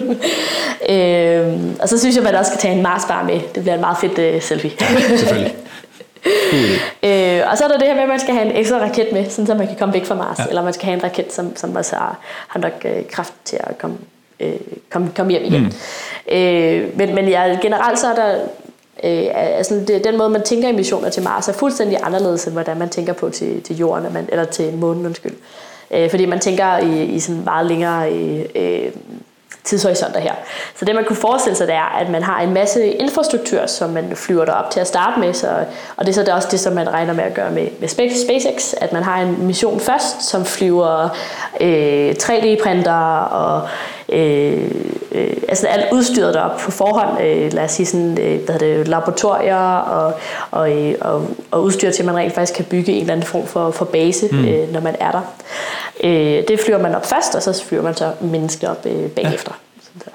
øhm, og så synes jeg, at man også skal tage en Mars-bar med. Det bliver en meget fedt uh, selfie. Ja, selvfølgelig. øh, og så er der det her med, at man skal have en ekstra raket med, sådan så man kan komme væk fra Mars. Ja. Eller man skal have en raket, som, som også har, har nok øh, kraft til at komme, øh, komme, komme hjem igen. Mm. Øh, men men ja, generelt så er der øh, altså det, den måde, man tænker i missioner til Mars, er fuldstændig anderledes, end hvordan man tænker på til, til jorden, man, eller til månen, undskyld. Fordi man tænker i, i sådan meget længere øh, tidshorisonter her. Så det man kunne forestille sig, det er, at man har en masse infrastruktur, som man flyver derop til at starte med. Så, og det er så det også det, som man regner med at gøre med, med SpaceX, at man har en mission først, som flyver øh, tre D-printer og øh, øh, altså alt udstyret derop på forhånd. Øh, lad os sige sådan, øh, hvad det, laboratorier og, og, og, og udstyr til, at man rent faktisk kan bygge en eller anden form for, for base, mm. øh, når man er der. Øh, det flyver man op først, og så flyver man så mennesker op øh, bagefter. Ja.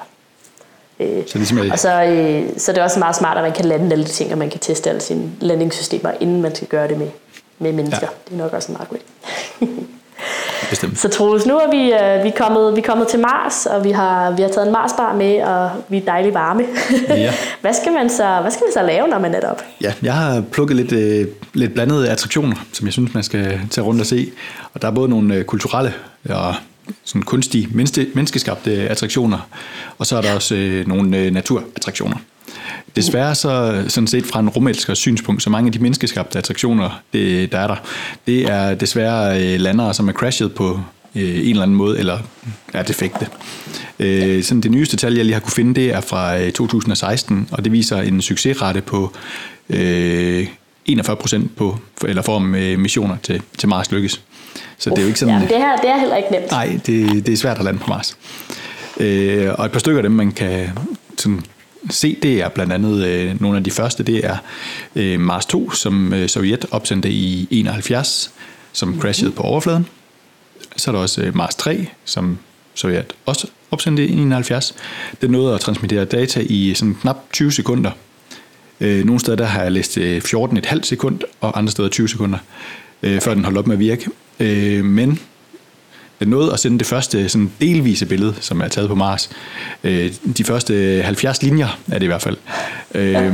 Øh, så, ligesom og så, øh, så det er også meget smart, at man kan lande alle de ting, og man kan teste alle sine landingssystemer, inden man skal gøre det med, med mennesker. Ja. Det er nok også en meget god. Bestemt. Så Troels, nu er vi, øh, vi, er kommet, vi er kommet til Mars, og vi har, vi har taget en Mars-bar med, og vi er dejligt varme. Ja. hvad, skal man så, hvad skal man så lave, når man er deroppe? Ja, jeg har plukket lidt, øh, lidt blandede attraktioner, som jeg synes, man skal tage rundt og se. Og der er både nogle øh, kulturelle og sådan kunstige, menneske, menneskeskabte attraktioner, og så er der også øh, nogle øh, naturattraktioner. Desværre så sådan set fra en rumelskers synspunkt, så mange af de menneskeskabte attraktioner, det, der er der, det er desværre øh, landere, som er crashet på øh, en eller anden måde, eller er defekte. Øh, sådan det nyeste tal, jeg lige har kunne finde, det er fra øh, to tusind og seksten, og det viser en succesrate på øh, enogfyrre procent på, eller for om øh, missioner til, til Mars lykkes. Så det er jo ikke sådan. Ja, det her det er heller ikke nemt. Nej, det, det er svært at lande på Mars. Øh, og et par stykker af dem, man kan sådan se, det er blandt andet øh, nogle af de første, det er øh, Mars to, som øh, Sovjet opsendte i enoghalvfjerds, som mm-hmm. crashede på overfladen. Så er der også øh, Mars tre, som Sovjet også opsendte i enoghalvfjerds. Den nåede at transmittere data i sådan knap tyve sekunder. Øh, nogle steder der har jeg læst øh, fjorten komma fem sekund, og andre steder tyve sekunder, øh, før den holdt op med at virke. Øh, men den nåede at sende det første sådan delvise billede, som er taget på Mars. Øh, de første halvfjerds linjer er det i hvert fald. Øh,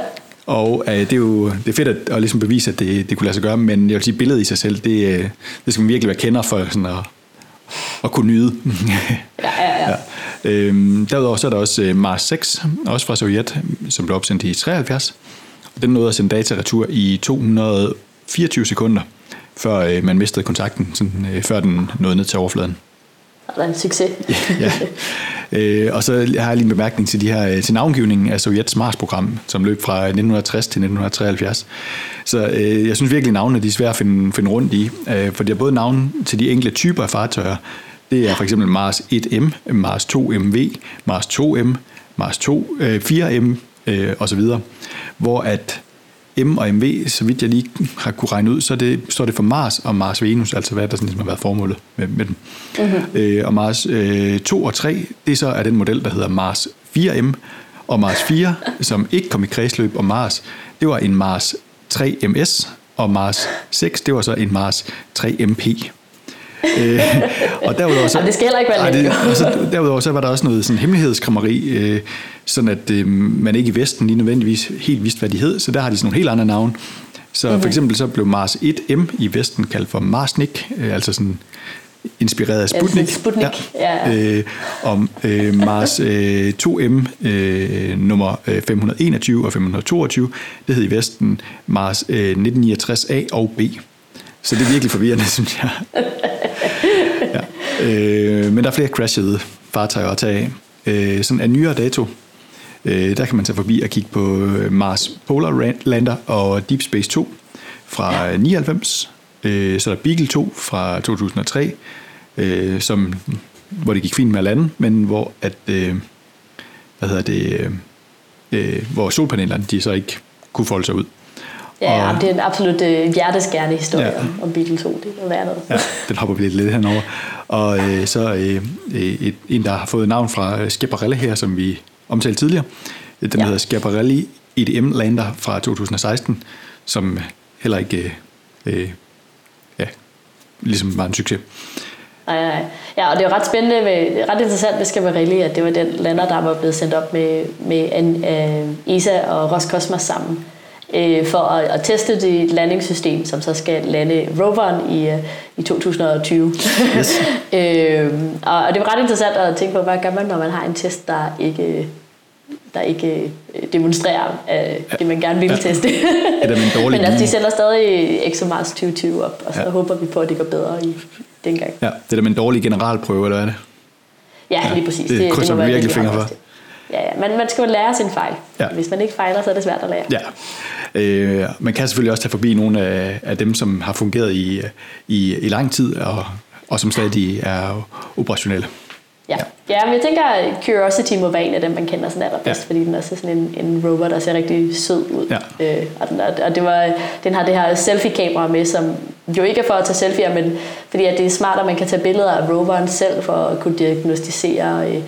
og øh, det er jo det er fedt at, at ligesom bevise, at det, det kunne lade sig gøre, men jeg vil sige, billedet i sig selv, det, det skal man virkelig være kender for sådan at, at kunne nyde. Ja, ja, ja. Ja. Øh, derudover så er der også Mars seks, også fra Sovjet, som blev opsendt i treoghalvfjerds. Den nåede at sende data retur i to hundrede og fireogtyve sekunder, før øh, man mistede kontakten, sådan, øh, før den nåede ned til overfladen. Det er en succes. ja. øh, og så har jeg lige en bemærkning til, de her, til navngivningen af Sovjets Mars-program, som løb fra nitten tres til nitten treoghalvfjerds. Så øh, jeg synes virkelig, navnene de er svære at finde, finde rundt i, øh, for det er både navn til de enkelte typer af fartøjer. Det Det er for eksempel Mars et M, Mars to M V, Mars to M, Mars to, øh, fire M øh, osv. Hvor at M og M V, så vidt jeg lige har kunne regne ud, så det, står det for Mars og Mars Venus, altså hvad der sådan ligesom har været formålet med, med dem. Mm-hmm. Øh, og Mars øh, to og tre, det så er den model, der hedder Mars fire M, og Mars fire, som ikke kom i kredsløb om Mars, det var en Mars tre M S, og Mars seks, det var så en Mars tre M P. øh, og derudover så, og det skal heller ikke være det, og så, derudover så var der også noget sådan hemmelighedskræmmeri, øh, sådan at øh, man ikke i Vesten lige nødvendigvis helt vidste, hvad de hed, så der har de sådan nogle helt andre navne. Så mm-hmm. for eksempel så blev Mars et M i Vesten kaldt for Marsnik, øh, altså sådan inspireret af Sputnik. Ja, Sputnik. Ja. Ja. Øh, om øh, Mars øh, to M øh, nummer øh, fem hundrede enogtyve og fem hundrede toogtyve, det hed i Vesten Mars øh, nitten niogtres A og B. Så det er virkelig forvirrende, synes jeg. Ja. Øh, men der er flere crashede fartøjer at tage af. Øh, sådan en nyere dato, øh, der kan man tage forbi og kigge på Mars Polar Lander og Deep Space to fra ja. nioghalvfems. Øh, så er der Beagle to fra to tusind og tre, øh, som, hvor det gik fint med at lande, men hvor at, øh, hvad hedder det, øh, hvor solpanelerne de så ikke kunne folde sig ud. Ja, og, det er en absolut øh, hjerteskærende historie ja. om, om Beagle to, det er noget. Ja, den hopper vi lidt, lidt henover. Og øh, så øh, et, en, der har fået navn fra Schiaparelli her, som vi omtalte tidligere. Den ja. hedder Schiaparelli E D M Lander fra to tusind og seksten, som heller ikke øh, ja, ligesom var en succes. Nej, nej. Ja, og det er jo ret spændende, med, ret interessant ved Schiaparelli, at det var den lander, der var blevet sendt op med, med en, øh, E S A og Roscosmos sammen, øh, for at, at teste det landingssystem, som så skal lande roveren i, øh, i to tusind og tyve. Yes. øh, og, og det var ret interessant at tænke på, hvad gør man, når man har en test, der ikke... der ikke demonstrerer øh, det, man gerne vil ja. teste. Men altså, de sender stadig ExoMars tyve tyve op, og så ja. håber vi på, at det går bedre i den gang. Ja, det er med en dårlig generalprøve, eller hvad er det? Ja, lige præcis. Det, det krydser man virkelig fingre for. Ja, ja, men man skal jo lære sin fejl. Ja. Hvis man ikke fejler, så er det svært at lære. Ja. Øh, man kan selvfølgelig også tage forbi nogle af, af dem, som har fungeret i, i, i lang tid, og, og som stadig er operationelle. Ja. ja, men jeg tænker, at Curiosity må være en af dem, man kender sådan allerbedst, ja. fordi den er sådan en, en rover, der ser rigtig sød ud. Ja. Øh, og den, og det var, den har det her selfie-kamera med, som jo ikke er for at tage selfies, men fordi at det er smart, at man kan tage billeder af roveren selv, for at kunne diagnostisere, øh,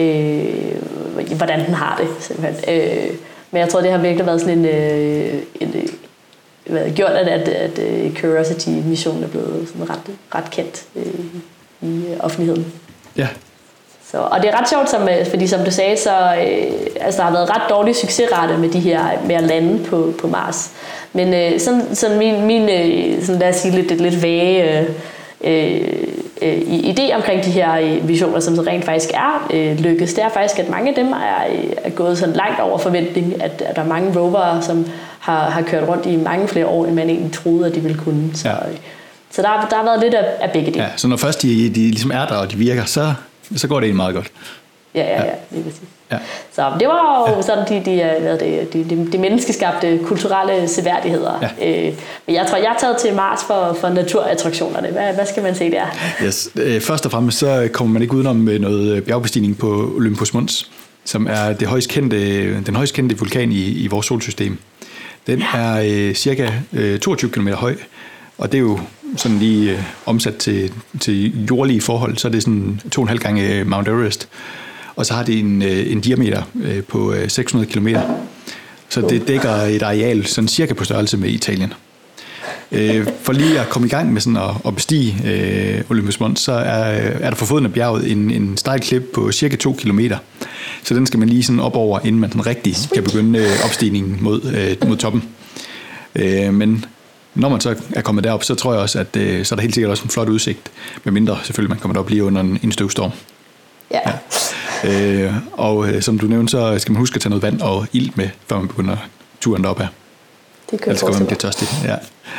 øh, hvordan den har det. Simpelthen. Øh, men jeg tror, det har virkelig været sådan en... Øh, en øh, gjort, at, at, at Curiosity-missionen er blevet sådan ret, ret kendt øh, i offentligheden. Ja. Så, og det er ret sjovt, som, fordi som du sagde, så øh, altså, der har været ret dårlig succesrate med de her med at lande på, på Mars. Men øh, sådan, sådan min, min øh, sådan lad os sige lidt, lidt vage øh, øh, idé omkring de her øh, visioner, som så rent faktisk er øh, lykkedes, det er faktisk, at mange af dem er, er gået sådan langt over forventning, at, at der er mange rovere, som har, har kørt rundt i mange flere år, end man egentlig troede, at de ville kunne. Så, ja. Så der, der har været lidt af, af begge dele. Ja, så når først de, de ligesom er der, og de virker, så, så går det egentlig meget godt. Ja, ja, ja, lige præcis. Ja. Så det var jo ja. sådan de, de, hvad det, de, de, de menneskeskabte kulturelle seværdigheder. Ja. Øh, men jeg tror, jeg er taget til Mars for, for naturattraktionerne. Hvad, hvad skal man se der? Yes. Først og fremmest så kommer man ikke udenom noget bjergbestigning på Olympus Mons, som er det højst kendte, den højst kendte vulkan i, i vores solsystem. Den ja. er øh, cirka øh, toogtyve kilometer høj, og det er jo sådan lige øh, omsat til, til jordlige forhold, så er det sådan to og en halv gange Mount Everest. Og så har det en, øh, en diameter øh, på øh, seks hundrede kilometer. Så det dækker et areal sådan cirka på størrelse med Italien. Øh, for lige at komme i gang med sådan at, at bestige øh, Olympus Mons, så er, er der for foden af bjerget en, en stejl klip på cirka to kilometer. Så den skal man lige sådan op over, inden man sådan rigtig kan begynde øh, opstigningen mod, øh, mod toppen. Øh, men når man så er kommet derop, så tror jeg også, at øh, så er der helt sikkert også en flot udsigt, med mindre selvfølgelig man kommer derop lige under en, en støvstorm. Ja. ja. Øh, og øh, som du nævnte, så skal man huske at tage noget vand og ilt med, før man begynder turen derop her. Det kan ellers kan man blive tørstig. Ja.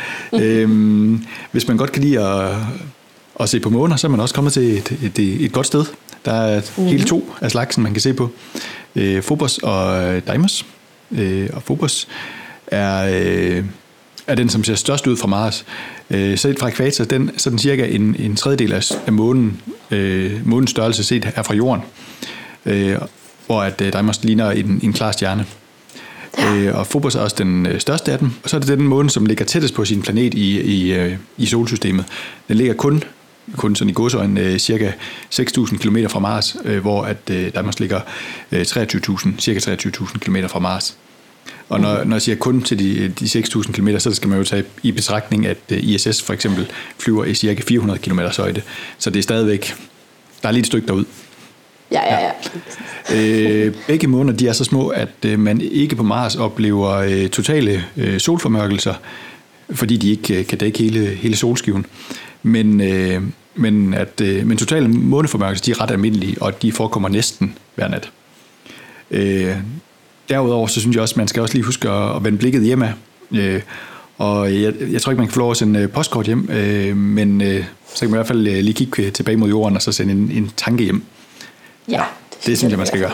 øhm, hvis man godt kan lide at, at se på måner, så er man også kommet til et, et, et, et godt sted. Der er mm-hmm. hele to af slagsen, man kan se på. Øh, Phobos og Deimos. Øh, og Phobos er, øh, er den, som ser størst ud fra Mars. Øh, set fra ækvator, den, så er den cirka en, en tredjedel af, af månen, øh, månens størrelse set er fra jorden, øh, hvor at øh, Deimos ligner en, en klar stjerne. Øh, og Phobos er også den øh, største af dem, og så er det den måne, som ligger tættest på sin planet i, i, øh, i solsystemet. Den ligger kun, kun sådan i godsøjne, øh, cirka seks tusind kilometer fra Mars, øh, hvor at øh, Deimos ligger øh, treogtyve tusind, cirka treogtyve tusind kilometer fra Mars. Og når, når jeg siger kun til de, de seks tusind kilometer, så skal man jo tage i betragtning, at I S S for eksempel flyver i cirka fire hundrede kilometer højde. Så det er stadigvæk, der er lige et stykke derud. Ja, ja, ja. øh, begge måneder, de er så små, at øh, man ikke på Mars oplever øh, totale øh, solformørkelser, fordi de ikke øh, kan dække hele, hele solskiven. Men, øh, men, at, øh, men totale måneformørkelser, de er ret almindelige, og de forekommer næsten hver nat. Øh, Derudover så synes jeg også, at man skal også lige huske at vende blikket hjemme. Øh, og jeg, jeg tror ikke, man kan få lov at sende postkort hjem, øh, men øh, så kan man i hvert fald lige kigge tilbage mod jorden og så sende en, en tanke hjem. Ja, ja det, det synes jeg, man skal gøre.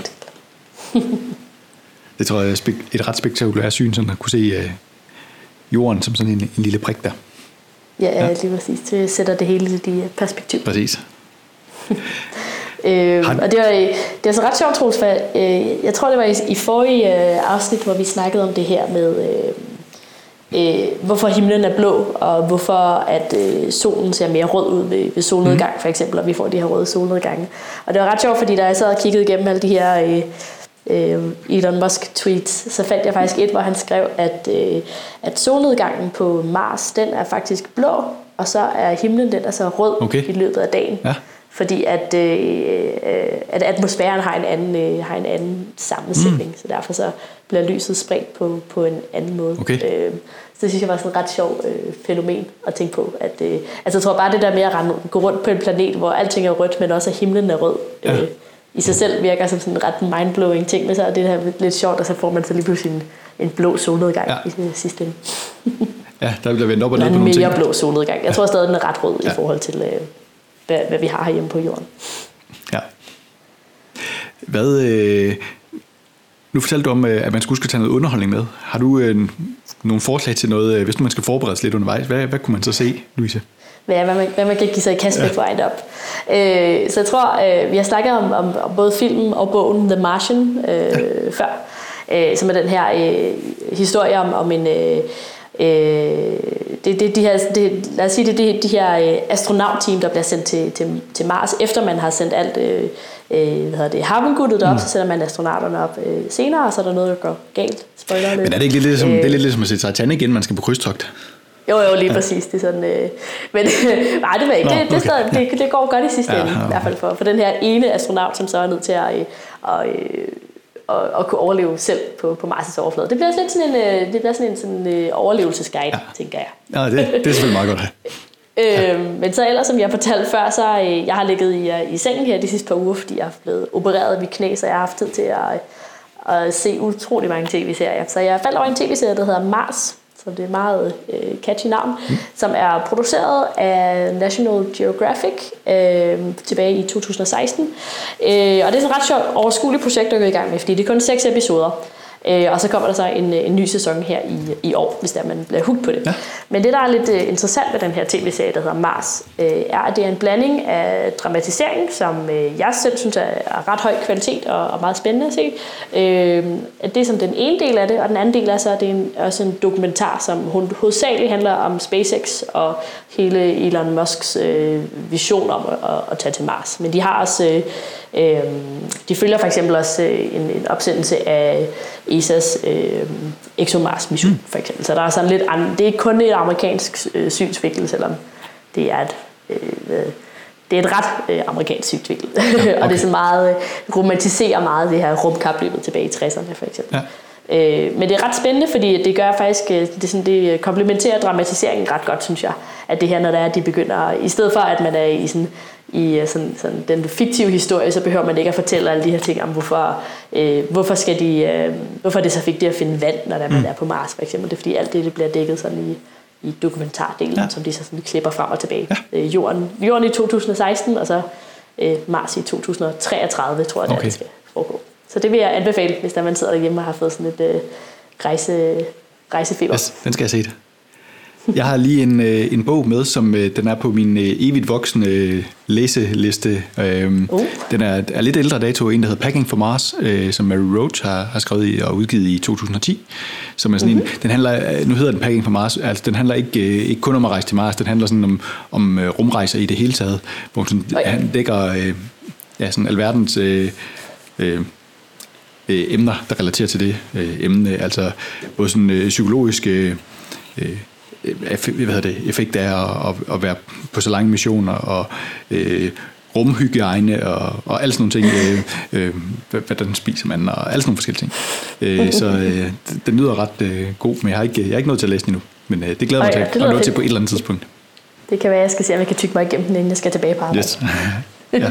Det tror jeg er et ret spektakulært syn, sådan at kunne se øh, jorden som sådan en, en lille prik der. Ja, ja, lige præcis. Det sætter det hele i perspektiv. Præcis. Øh, og det var, det er altså ret sjovt, Troels, for øh, jeg tror det var i, i forrige øh, afsnit, hvor vi snakkede om det her med øh, øh, hvorfor himlen er blå, og hvorfor at øh, solen ser mere rød ud ved, ved solnedgang, for eksempel, og vi får de her røde solnedgange. Og det var ret sjovt, fordi da jeg sad og kiggede igennem alle de her øh, øh, Elon Musk tweets, så fandt jeg faktisk et, hvor han skrev, at, øh, at solnedgangen på Mars, den er faktisk blå, og så er himlen den er så rød okay. i løbet af dagen. Ja. Fordi at, øh, at atmosfæren har en anden, øh, har en anden sammensætning, mm. så derfor så bliver lyset spredt på, på en anden måde. Okay. Øh, så det synes jeg var sådan et ret sjovt øh, fænomen at tænke på. At, øh, altså jeg tror bare det der med at rende, gå rundt på en planet, hvor alting er rødt, men også at himlen er rød, øh, ja. i sig selv virker som sådan en ret mindblowing ting, men så er det her lidt sjovt, og så får man så lige pludselig en, en blå solnedgang ja. i det sidste ende. Ja, der bliver vendt op og ned på nogle ting. En mere blå solnedgang. Jeg tror stadig, den er ret rød ja. i forhold til... Øh, Hvad, hvad vi har herhjemme på jorden. Ja. Hvad, øh, nu fortalte du om, at man skulle tage noget underholdning med. Har du øh, nogle forslag til noget, hvis nu man skal forberede sig lidt undervejs? Hvad, hvad kunne man så se, Louise? Hvad, hvad, man, hvad man kan give sig i kast med ja. for at op. Øh, så jeg tror, øh, vi har snakket om, om, om både filmen og bogen The Martian øh, ja. før, øh, som er den her øh, historie om, om en... Øh, Øh, det, det, de her, det, lad os sige, det er de, de her astronautteam, der bliver sendt til, til, til Mars, efter man har sendt alt øh, hvad hedder det, Havenguddet derop, mm. så sender man astronauterne op øh, senere, og så er der noget, der går galt. Spoiler lidt. Men er det ikke lidt ligesom, øh, det er lidt ligesom at se Titanic, inden man skal på krydstogt? Jo, jo, lige ja. præcis. Det er sådan, øh, men nej, det ved jeg ikke. Nå, det, okay. det, stadig, det, det går godt i sidste ja, ende, ja. i hvert fald for, for den her ene astronaut, som så er nødt til at... Øh, og, øh, Og, og kunne overleve selv på, på Mars' overflade. Det bliver lidt sådan en, det bliver sådan en sådan, uh, overlevelsesguide, ja. tænker jeg. Ja, det, det er selvfølgelig meget godt. Ja. øhm, men så ellers, som jeg fortalte før, så uh, jeg har ligget i, uh, i sengen her de sidste par uger, fordi jeg er blevet opereret ved knæ, så jeg har haft tid til at, at se utrolig mange tv-serier. Så jeg faldt over en tv-serie, der hedder Mars, så det er et meget øh, catchy navn, mm. som er produceret af National Geographic øh, tilbage i to tusind og seksten. Øh, og det er et ret sjovt overskueligt projekt at gå i gang med, fordi det er kun seks episoder. Øh, og så kommer der så en, en ny sæson her i, i år, hvis der man bliver hooked på det. Ja. Men det, der er lidt uh, interessant ved den her tv-serie, der hedder Mars, øh, er, at det er en blanding af dramatisering, som øh, jeg selv synes er, er ret høj kvalitet og, og meget spændende at se. Øh, det er som den ene del af det, og den anden del er så, at det er en, også en dokumentar, som hovedsageligt handler om SpaceX og hele Elon Musks øh, vision om at, at, at tage til Mars. Men de har også... Øh, øh, de følger for eksempel også øh, en, en opsendelse af E S A's øh, ExoMars-mission, mm. for eksempel. Så der er sådan lidt andre, det er ikke kun et amerikansk øh, synsvinkel, selvom det er et, øh, det er et ret øh, amerikansk synsvinkel. Ja, okay. Og det er sådan meget, øh, romantiserer meget det her rumkapløbet tilbage i tresserne, for eksempel. Ja. Øh, men det er ret spændende, fordi det gør faktisk, det, sådan, det komplementerer dramatiseringen ret godt, synes jeg. At det her, når det er, at de begynder, i stedet for at man er i sådan, i sådan, sådan den fiktive historie, så behøver man ikke at fortælle alle de her ting om, hvorfor, øh, hvorfor, skal de, øh, hvorfor det er så vigtigt at finde vand, når man mm. er på Mars, for eksempel. Det er fordi alt det, det bliver dækket sådan i, i dokumentardelen, ja. som de så sådan klipper frem og tilbage. Ja. Øh, jorden, jorden i to tusind og seksten, og så øh, Mars i to tusind og treogtredive, tror jeg, okay. det skal foregå. Så det vil jeg anbefale, hvis der man sidder derhjemme og har fået sådan et øh, rejse, rejsefeber. Yes, den skal jeg se det. Jeg har lige en, en bog med, som den er på min evigt voksende læseliste. Uh. Den er, er lidt ældre dato, en der hedder Packing for Mars, som Mary Roach har, har skrevet i, og udgivet i to tusind og ti. Som er sådan mm-hmm. en, den handler, nu hedder den Packing for Mars, altså den handler ikke, ikke kun om at rejse til Mars, den handler sådan om, om rumrejser i det hele taget, hvor sådan, han dækker ja, sådan alverdens øh, øh, emner, der relaterer til det øh, emne, altså både sådan øh, psykologiske øh, hvad hedder det, effekt af at, at være på så lange missioner, og øh, rumhygiejne og, og alle sådan nogle ting, øh, øh, hvordan spiser man, og alle sådan nogle forskellige ting. Øh, så øh, den lyder ret øh, god, men jeg har ikke, jeg har ikke nået til at læse den endnu, men øh, det glæder mig til at nå til på et eller andet tidspunkt. Det kan være, at jeg skal se, om jeg kan tykke mig igennem den, inden jeg skal tilbage på arbejde. Yes. Ja.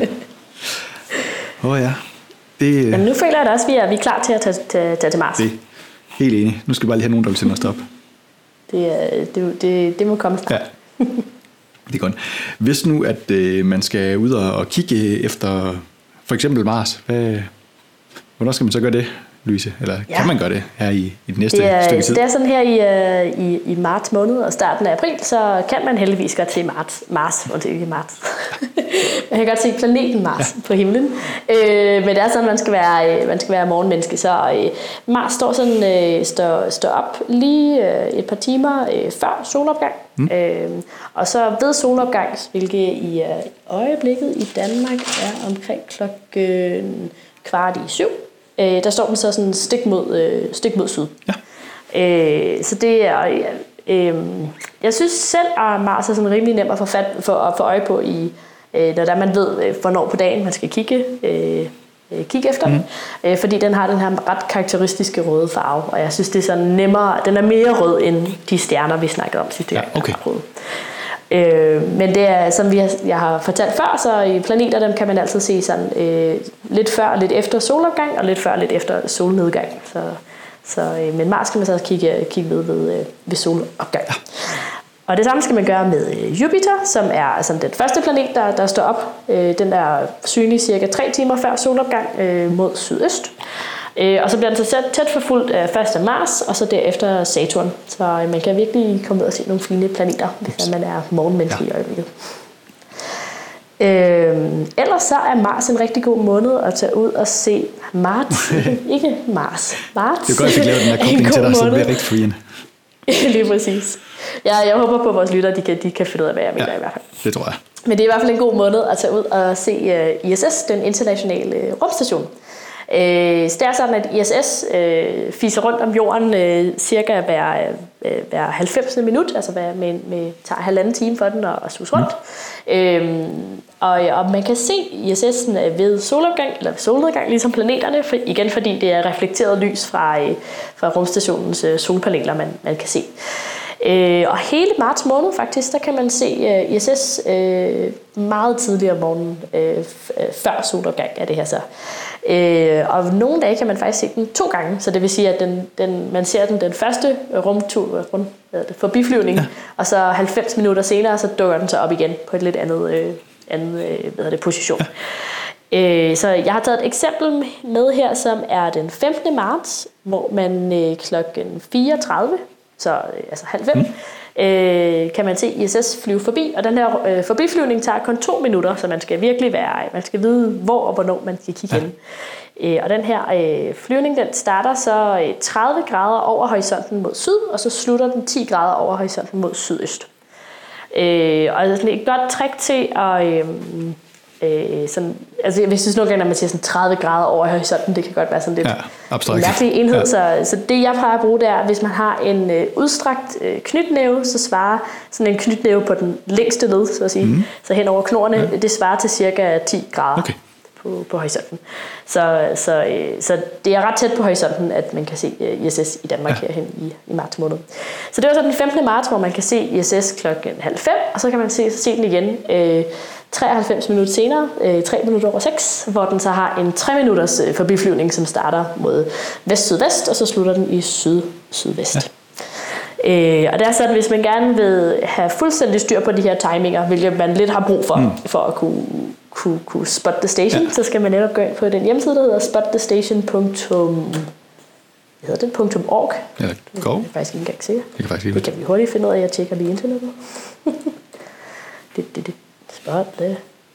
Åh oh, ja. Det, Jamen, nu føler jeg da også, at vi er, vi er klar til at tage, tage, tage til Mars. Det helt enig. Nu skal vi bare lige have nogen, der vil sende os op. Det, det, det, det må komme snart. Ja. Det er godt. Hvis nu, at øh, man skal ud og, og kigge efter for eksempel Mars, hvad, hvornår skal man så gøre det, Louise? Eller ja. Kan man gøre det her i, i det næste det er, stykke tid? Det er sådan her i, i, i marts måned og starten af april, så kan man heldigvis godt se Mars. Mars, og det er ikke Mars. Man kan godt se planeten Mars ja. På himlen. Øh, men det er sådan, man skal være, man skal være morgenmenneske. Så øh, Mars står, sådan, øh, står, står op lige øh, et par timer øh, før solopgang. Mm. Øh, og så ved solopgang, hvilket i øh, øjeblikket i Danmark er omkring klokken kvart i syv. Øh, der står den så sådan stik mod, øh, stik mod syd. Ja. Øh, så det er... Øh, jeg synes selv, at Mars er sådan rimelig nem at få, fat, for, at få øje på, i, øh, når der man ved, øh, hvornår på dagen man skal kigge, øh, kigge efter mm. den. Øh, fordi den har den her ret karakteristiske røde farve, og jeg synes, det er sådan nemmere, den er mere rød end de stjerner, vi snakkede om sidste gang. Ja, okay. Øh, men det er, som vi har, jeg har fortalt før, så i planeter, dem kan man altid se sådan øh, lidt før, lidt efter solopgang, og lidt før, lidt efter solnedgang. Så, så, øh, men Mars skal man så kigge, kigge ved, ved, ved solopgang. Ja. Og det samme skal man gøre med Jupiter, som er altså den første planet, der, der står op. Øh, den er synlig cirka tre timer før solopgang øh, mod sydøst. Øh, og så bliver den så tæt forfulgt af først af Mars, og så derefter Saturn. Så øh, man kan virkelig komme ud og se nogle fine planeter, hvis man er morgenmenneske ja. I øjeblikket. Øh, ellers så er Mars en rigtig god måned at tage ud og se Mars. Ikke Mars. Mars. Det er godt, at vi laver den her kobling til dig, så det bliver rigtig forvirrende. Lige præcis. Ja, jeg håber på, at vores lyttere de kan, de kan finde ud af, hvad jeg mener ja, i hvert fald. Det tror jeg. Men det er i hvert fald en god måned at tage ud og se uh, I S S, den internationale uh, rumstation. Uh, så det er sådan, at I S S uh, fiser rundt om jorden uh, cirka hver, uh, hver halvfems minut, altså hver, med, med, tager halvanden time for den at, at sus rundt. Mm. Uh, og, og man kan se I S S'en ved solopgang, eller ved solnedgang, ligesom planeterne, for, igen fordi det er reflekteret lys fra, uh, fra rumstationens uh, solpaneler, man, man kan se. Øh, og hele marts måned faktisk, der kan man se øh, I S S øh, meget tidligere om morgenen, øh, før solopgang er det her så. Øh, og nogle dage kan man faktisk se den to gange, så det vil sige, at den, den, man ser den den første rumtur, rum, hvad det, forbiflyvning, ja. Og så halvfems minutter senere, så dukker den så op igen på et lidt andet, øh, andet øh, hvad det, position. Ja. Øh, så jeg har taget et eksempel med her, som er den femtende marts, hvor man øh, klokken fireogtredive, så altså halv fem, mm. øh, kan man se I S S flyve forbi, og den her øh, forbiflyvning tager kun to minutter, så man skal virkelig være, man skal vide, hvor og hvornår man skal kigge ja. Hen. Øh, og den her øh, flyvning, den starter så øh, tredive grader over horisonten mod syd, og så slutter den ti grader over horisonten mod sydøst. Øh, og det er sådan et godt trick til at... Øh, Øh, sådan, altså jeg synes nogle gange, når man siger sådan tredive grader over horisonten, det kan godt være sådan lidt ja, en mærkelig enhed. Ja. Så, så det jeg plejer at bruge, det er, hvis man har en øh, udstrakt øh, knytnæve, så svarer sådan en knytnæve på den længste led, så at sige, mm. så hen over knorrene, ja. Det svarer til cirka ti grader okay. på, på horisonten. Så, så, øh, så det er ret tæt på horisonten, at man kan se øh, I S S i Danmark ja. Herhen i, i marts måned. Så det var så den femtende marts, hvor man kan se I S S klokken halv fem, og så kan man se, se den igen øh, treoghalvfems minutter senere, øh, tre minutter over seks, hvor den så har en tre minutters øh, forbiflyvning, som starter mod vest-sydvest, og så slutter den i syd-sydvest. Ja. Øh, og det er sådan, hvis man gerne vil have fuldstændig styr på de her timinger, hvilket man lidt har brug for, mm. for at kunne, kunne, kunne spot the station, ja. Så skal man netop gå ind på den hjemmeside, der hedder spot the station punktum hedder det, .org. Eller Go. Det er faktisk ikke engang sikker. Det kan, faktisk det kan vi hurtigt finde ud af, jeg tjekker lige internettet. det, det, det. Spot det.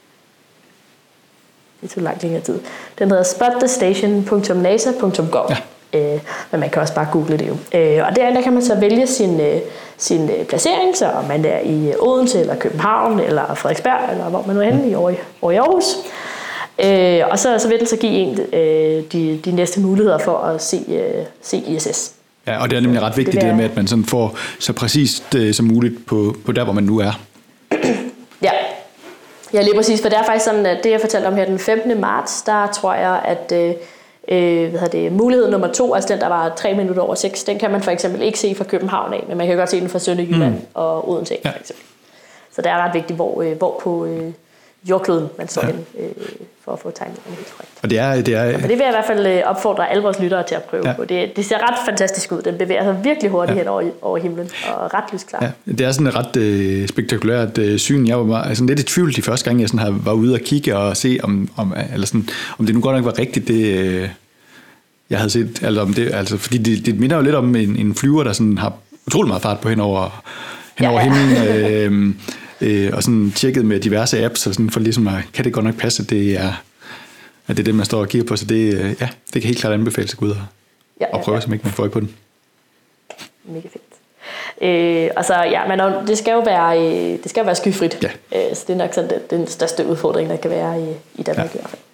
Det tog lang længere tid. Den hedder spot the station punktum nasa punktum gov. Ja. Øh, men man kan også bare google det jo. Øh, og derinde kan man så vælge sin, øh, sin øh, placering, så om man er i Odense, eller København, eller Frederiksberg, eller hvor man nu er henne, mm. i, over, over i Aarhus. Øh, og så, så vil den så give en øh, de, de næste muligheder for at se, øh, se I S S. Ja, og det er nemlig ret vigtigt det, det der med, at man sådan får så præcist øh, som muligt på, på der, hvor man nu er. Ja. Ja, lige præcis, for det er faktisk sådan, at det jeg fortalte om her den femtende marts, der tror jeg, at øh, hvad hedder det, mulighed nummer to, altså den, der var tre minutter over seks, den kan man for eksempel ikke se fra København af, men man kan godt se den fra Sønderjylland mm. og Odense af, for eksempel. Så det er ret vigtigt, hvor, øh, hvor på øh, jordkloden man står ja. hen, øh, for at få tegnet helt korrekt. Og det er... Det, er... Ja, det vil jeg i hvert fald opfordre alle vores lyttere til at prøve ja. på. Det, det ser ret fantastisk ud. Den bevæger sig virkelig hurtigt ja. hen over, over himlen, og ret lysklar. Ja. Det er sådan et ret øh, spektakulært øh, syn. Jeg var altså, lidt i tvivl de første gange, jeg sådan, havde, var ude og kigge og se, om, om, eller sådan, om det nu godt nok var rigtigt, det... Øh, jeg havde set, altså om det, altså, fordi det, det minder jo lidt om en, en flyver, der sådan har utrolig meget fart på henover, henover ja, ja. himlen, øh, øh, og sådan tjekket med diverse apps, og sådan for ligesom at, kan det godt nok passe, at det er, at det er det, man står og kigger på, så det, øh, ja, det kan helt klart anbefales at gå ud og, ja, ja, og prøve, ja. som ikke man får øje på den. Mega fedt. Øh, og så, ja, men det skal jo være, det skal jo være skyfrit, ja. øh, så det er nok sådan den, den største udfordring, der kan være i, i Danmark ja. i hvert fald.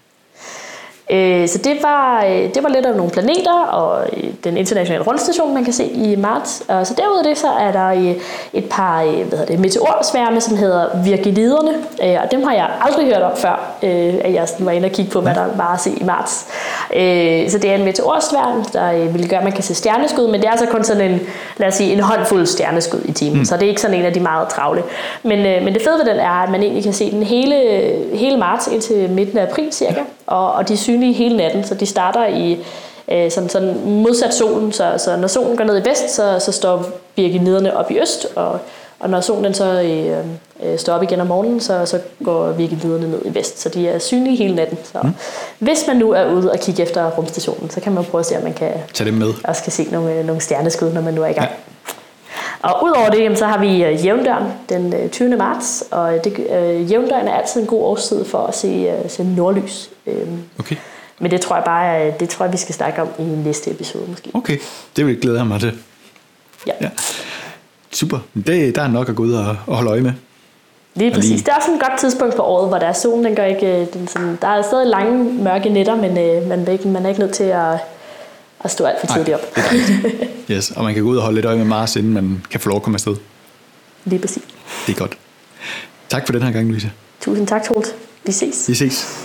Så det var, det var lidt af nogle planeter og den internationale rumstation, man kan se i marts. Og så derudover det, så er der et par hvad hedder det, meteorsværme, som hedder Virginiderne. Og dem har jeg aldrig hørt om før, at jeg var inde og kigge på, hvad der var at se i marts. Så det er en meteorsværme, der vil gøre, at man kan se stjerneskud, men det er altså kun sådan en, lad os sige, en håndfuld stjerneskud i timen. Mm. Så det er ikke sådan en af de meget travle. Men, men det fede ved den er, at man egentlig kan se den hele, hele marts indtil midten af april cirka. Og, og de er synlige hele natten, så de starter i øh, sådan, sådan modsat solen, så, så når solen går ned i vest, så, så står Virginiderne op i øst, og, og når solen den så øh, står op igen om morgenen, så, så går Virginiderne ned i vest, så de er synlige hele natten. Så mm. hvis man nu er ude og kigge efter rumstationen, så kan man prøve at se, om man kan tage dem med. Også kan se nogle, nogle stjerneskud, når man nu er i gang. Ja. Og udover det, jamen, så har vi øh, jævndøren den tyvende marts, og det, øh, jævndøren er altid en god årstid for at se, øh, se nordlys. Øhm, okay. Men det tror jeg bare, det tror jeg, vi skal snakke om i næste episode måske. Okay, det vil jeg glæde mig til. Ja. ja. Super, det, der er nok at gå ud og, og holde øje med. Lige præcis. Lige... Det er også et godt tidspunkt på året, hvor der er solen, den gør ikke, den sådan, der er stadig lange mørke nætter, men øh, man, er ikke, man er ikke nødt til at, at stå alt for tidligt op. Yes, og man kan gå ud og holde lidt øje med Mars, inden man kan få lov at komme afsted. Lige præcis. Det er godt. Tak for den her gang, Louise. Tusind tak, Troels. Vi ses. Vi ses.